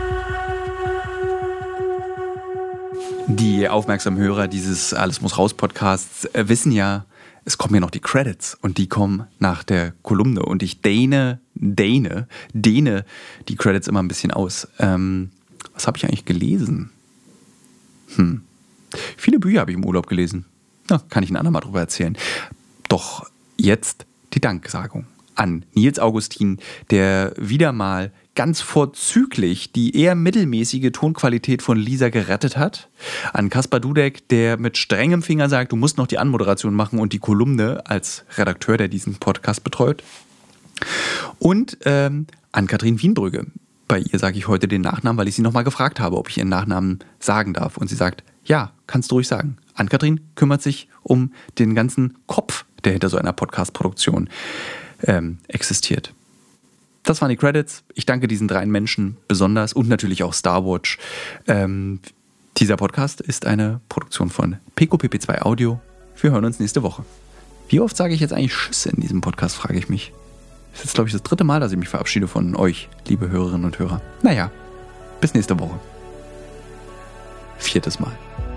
Die aufmerksamen Hörer dieses Alles muss raus Podcasts wissen ja, es kommen ja noch die Credits und die kommen nach der Kolumne und ich dehne, dehne, dehne die Credits immer ein bisschen aus. Ähm, was habe ich eigentlich gelesen? Hm. Viele Bücher habe ich im Urlaub gelesen. Na, kann ich ein andermal drüber erzählen. Doch jetzt die Danksagung an Nils Augustin, der wieder mal ganz vorzüglich die eher mittelmäßige Tonqualität von Lisa gerettet hat. An Kaspar Dudek, der mit strengem Finger sagt, du musst noch die Anmoderation machen und die Kolumne als Redakteur, der diesen Podcast betreut. Und ähm, an Katrin Wienbrügge. Bei ihr sage ich heute den Nachnamen, weil ich sie nochmal gefragt habe, ob ich ihren Nachnamen sagen darf. Und sie sagt, ja, kannst du ruhig sagen. Ann-Kathrin kümmert sich um den ganzen Kopf, der hinter so einer Podcast-Produktion ähm, existiert. Das waren die Credits. Ich danke diesen drei Menschen besonders und natürlich auch Starwatch. Ähm, dieser Podcast ist eine Produktion von P Q P P zwei Audio. Wir hören uns nächste Woche. Wie oft sage ich jetzt eigentlich Tschüss in diesem Podcast, frage ich mich. Das ist jetzt, glaube ich, das dritte Mal, dass ich mich verabschiede von euch, liebe Hörerinnen und Hörer. Naja, bis nächste Woche. Viertes Mal.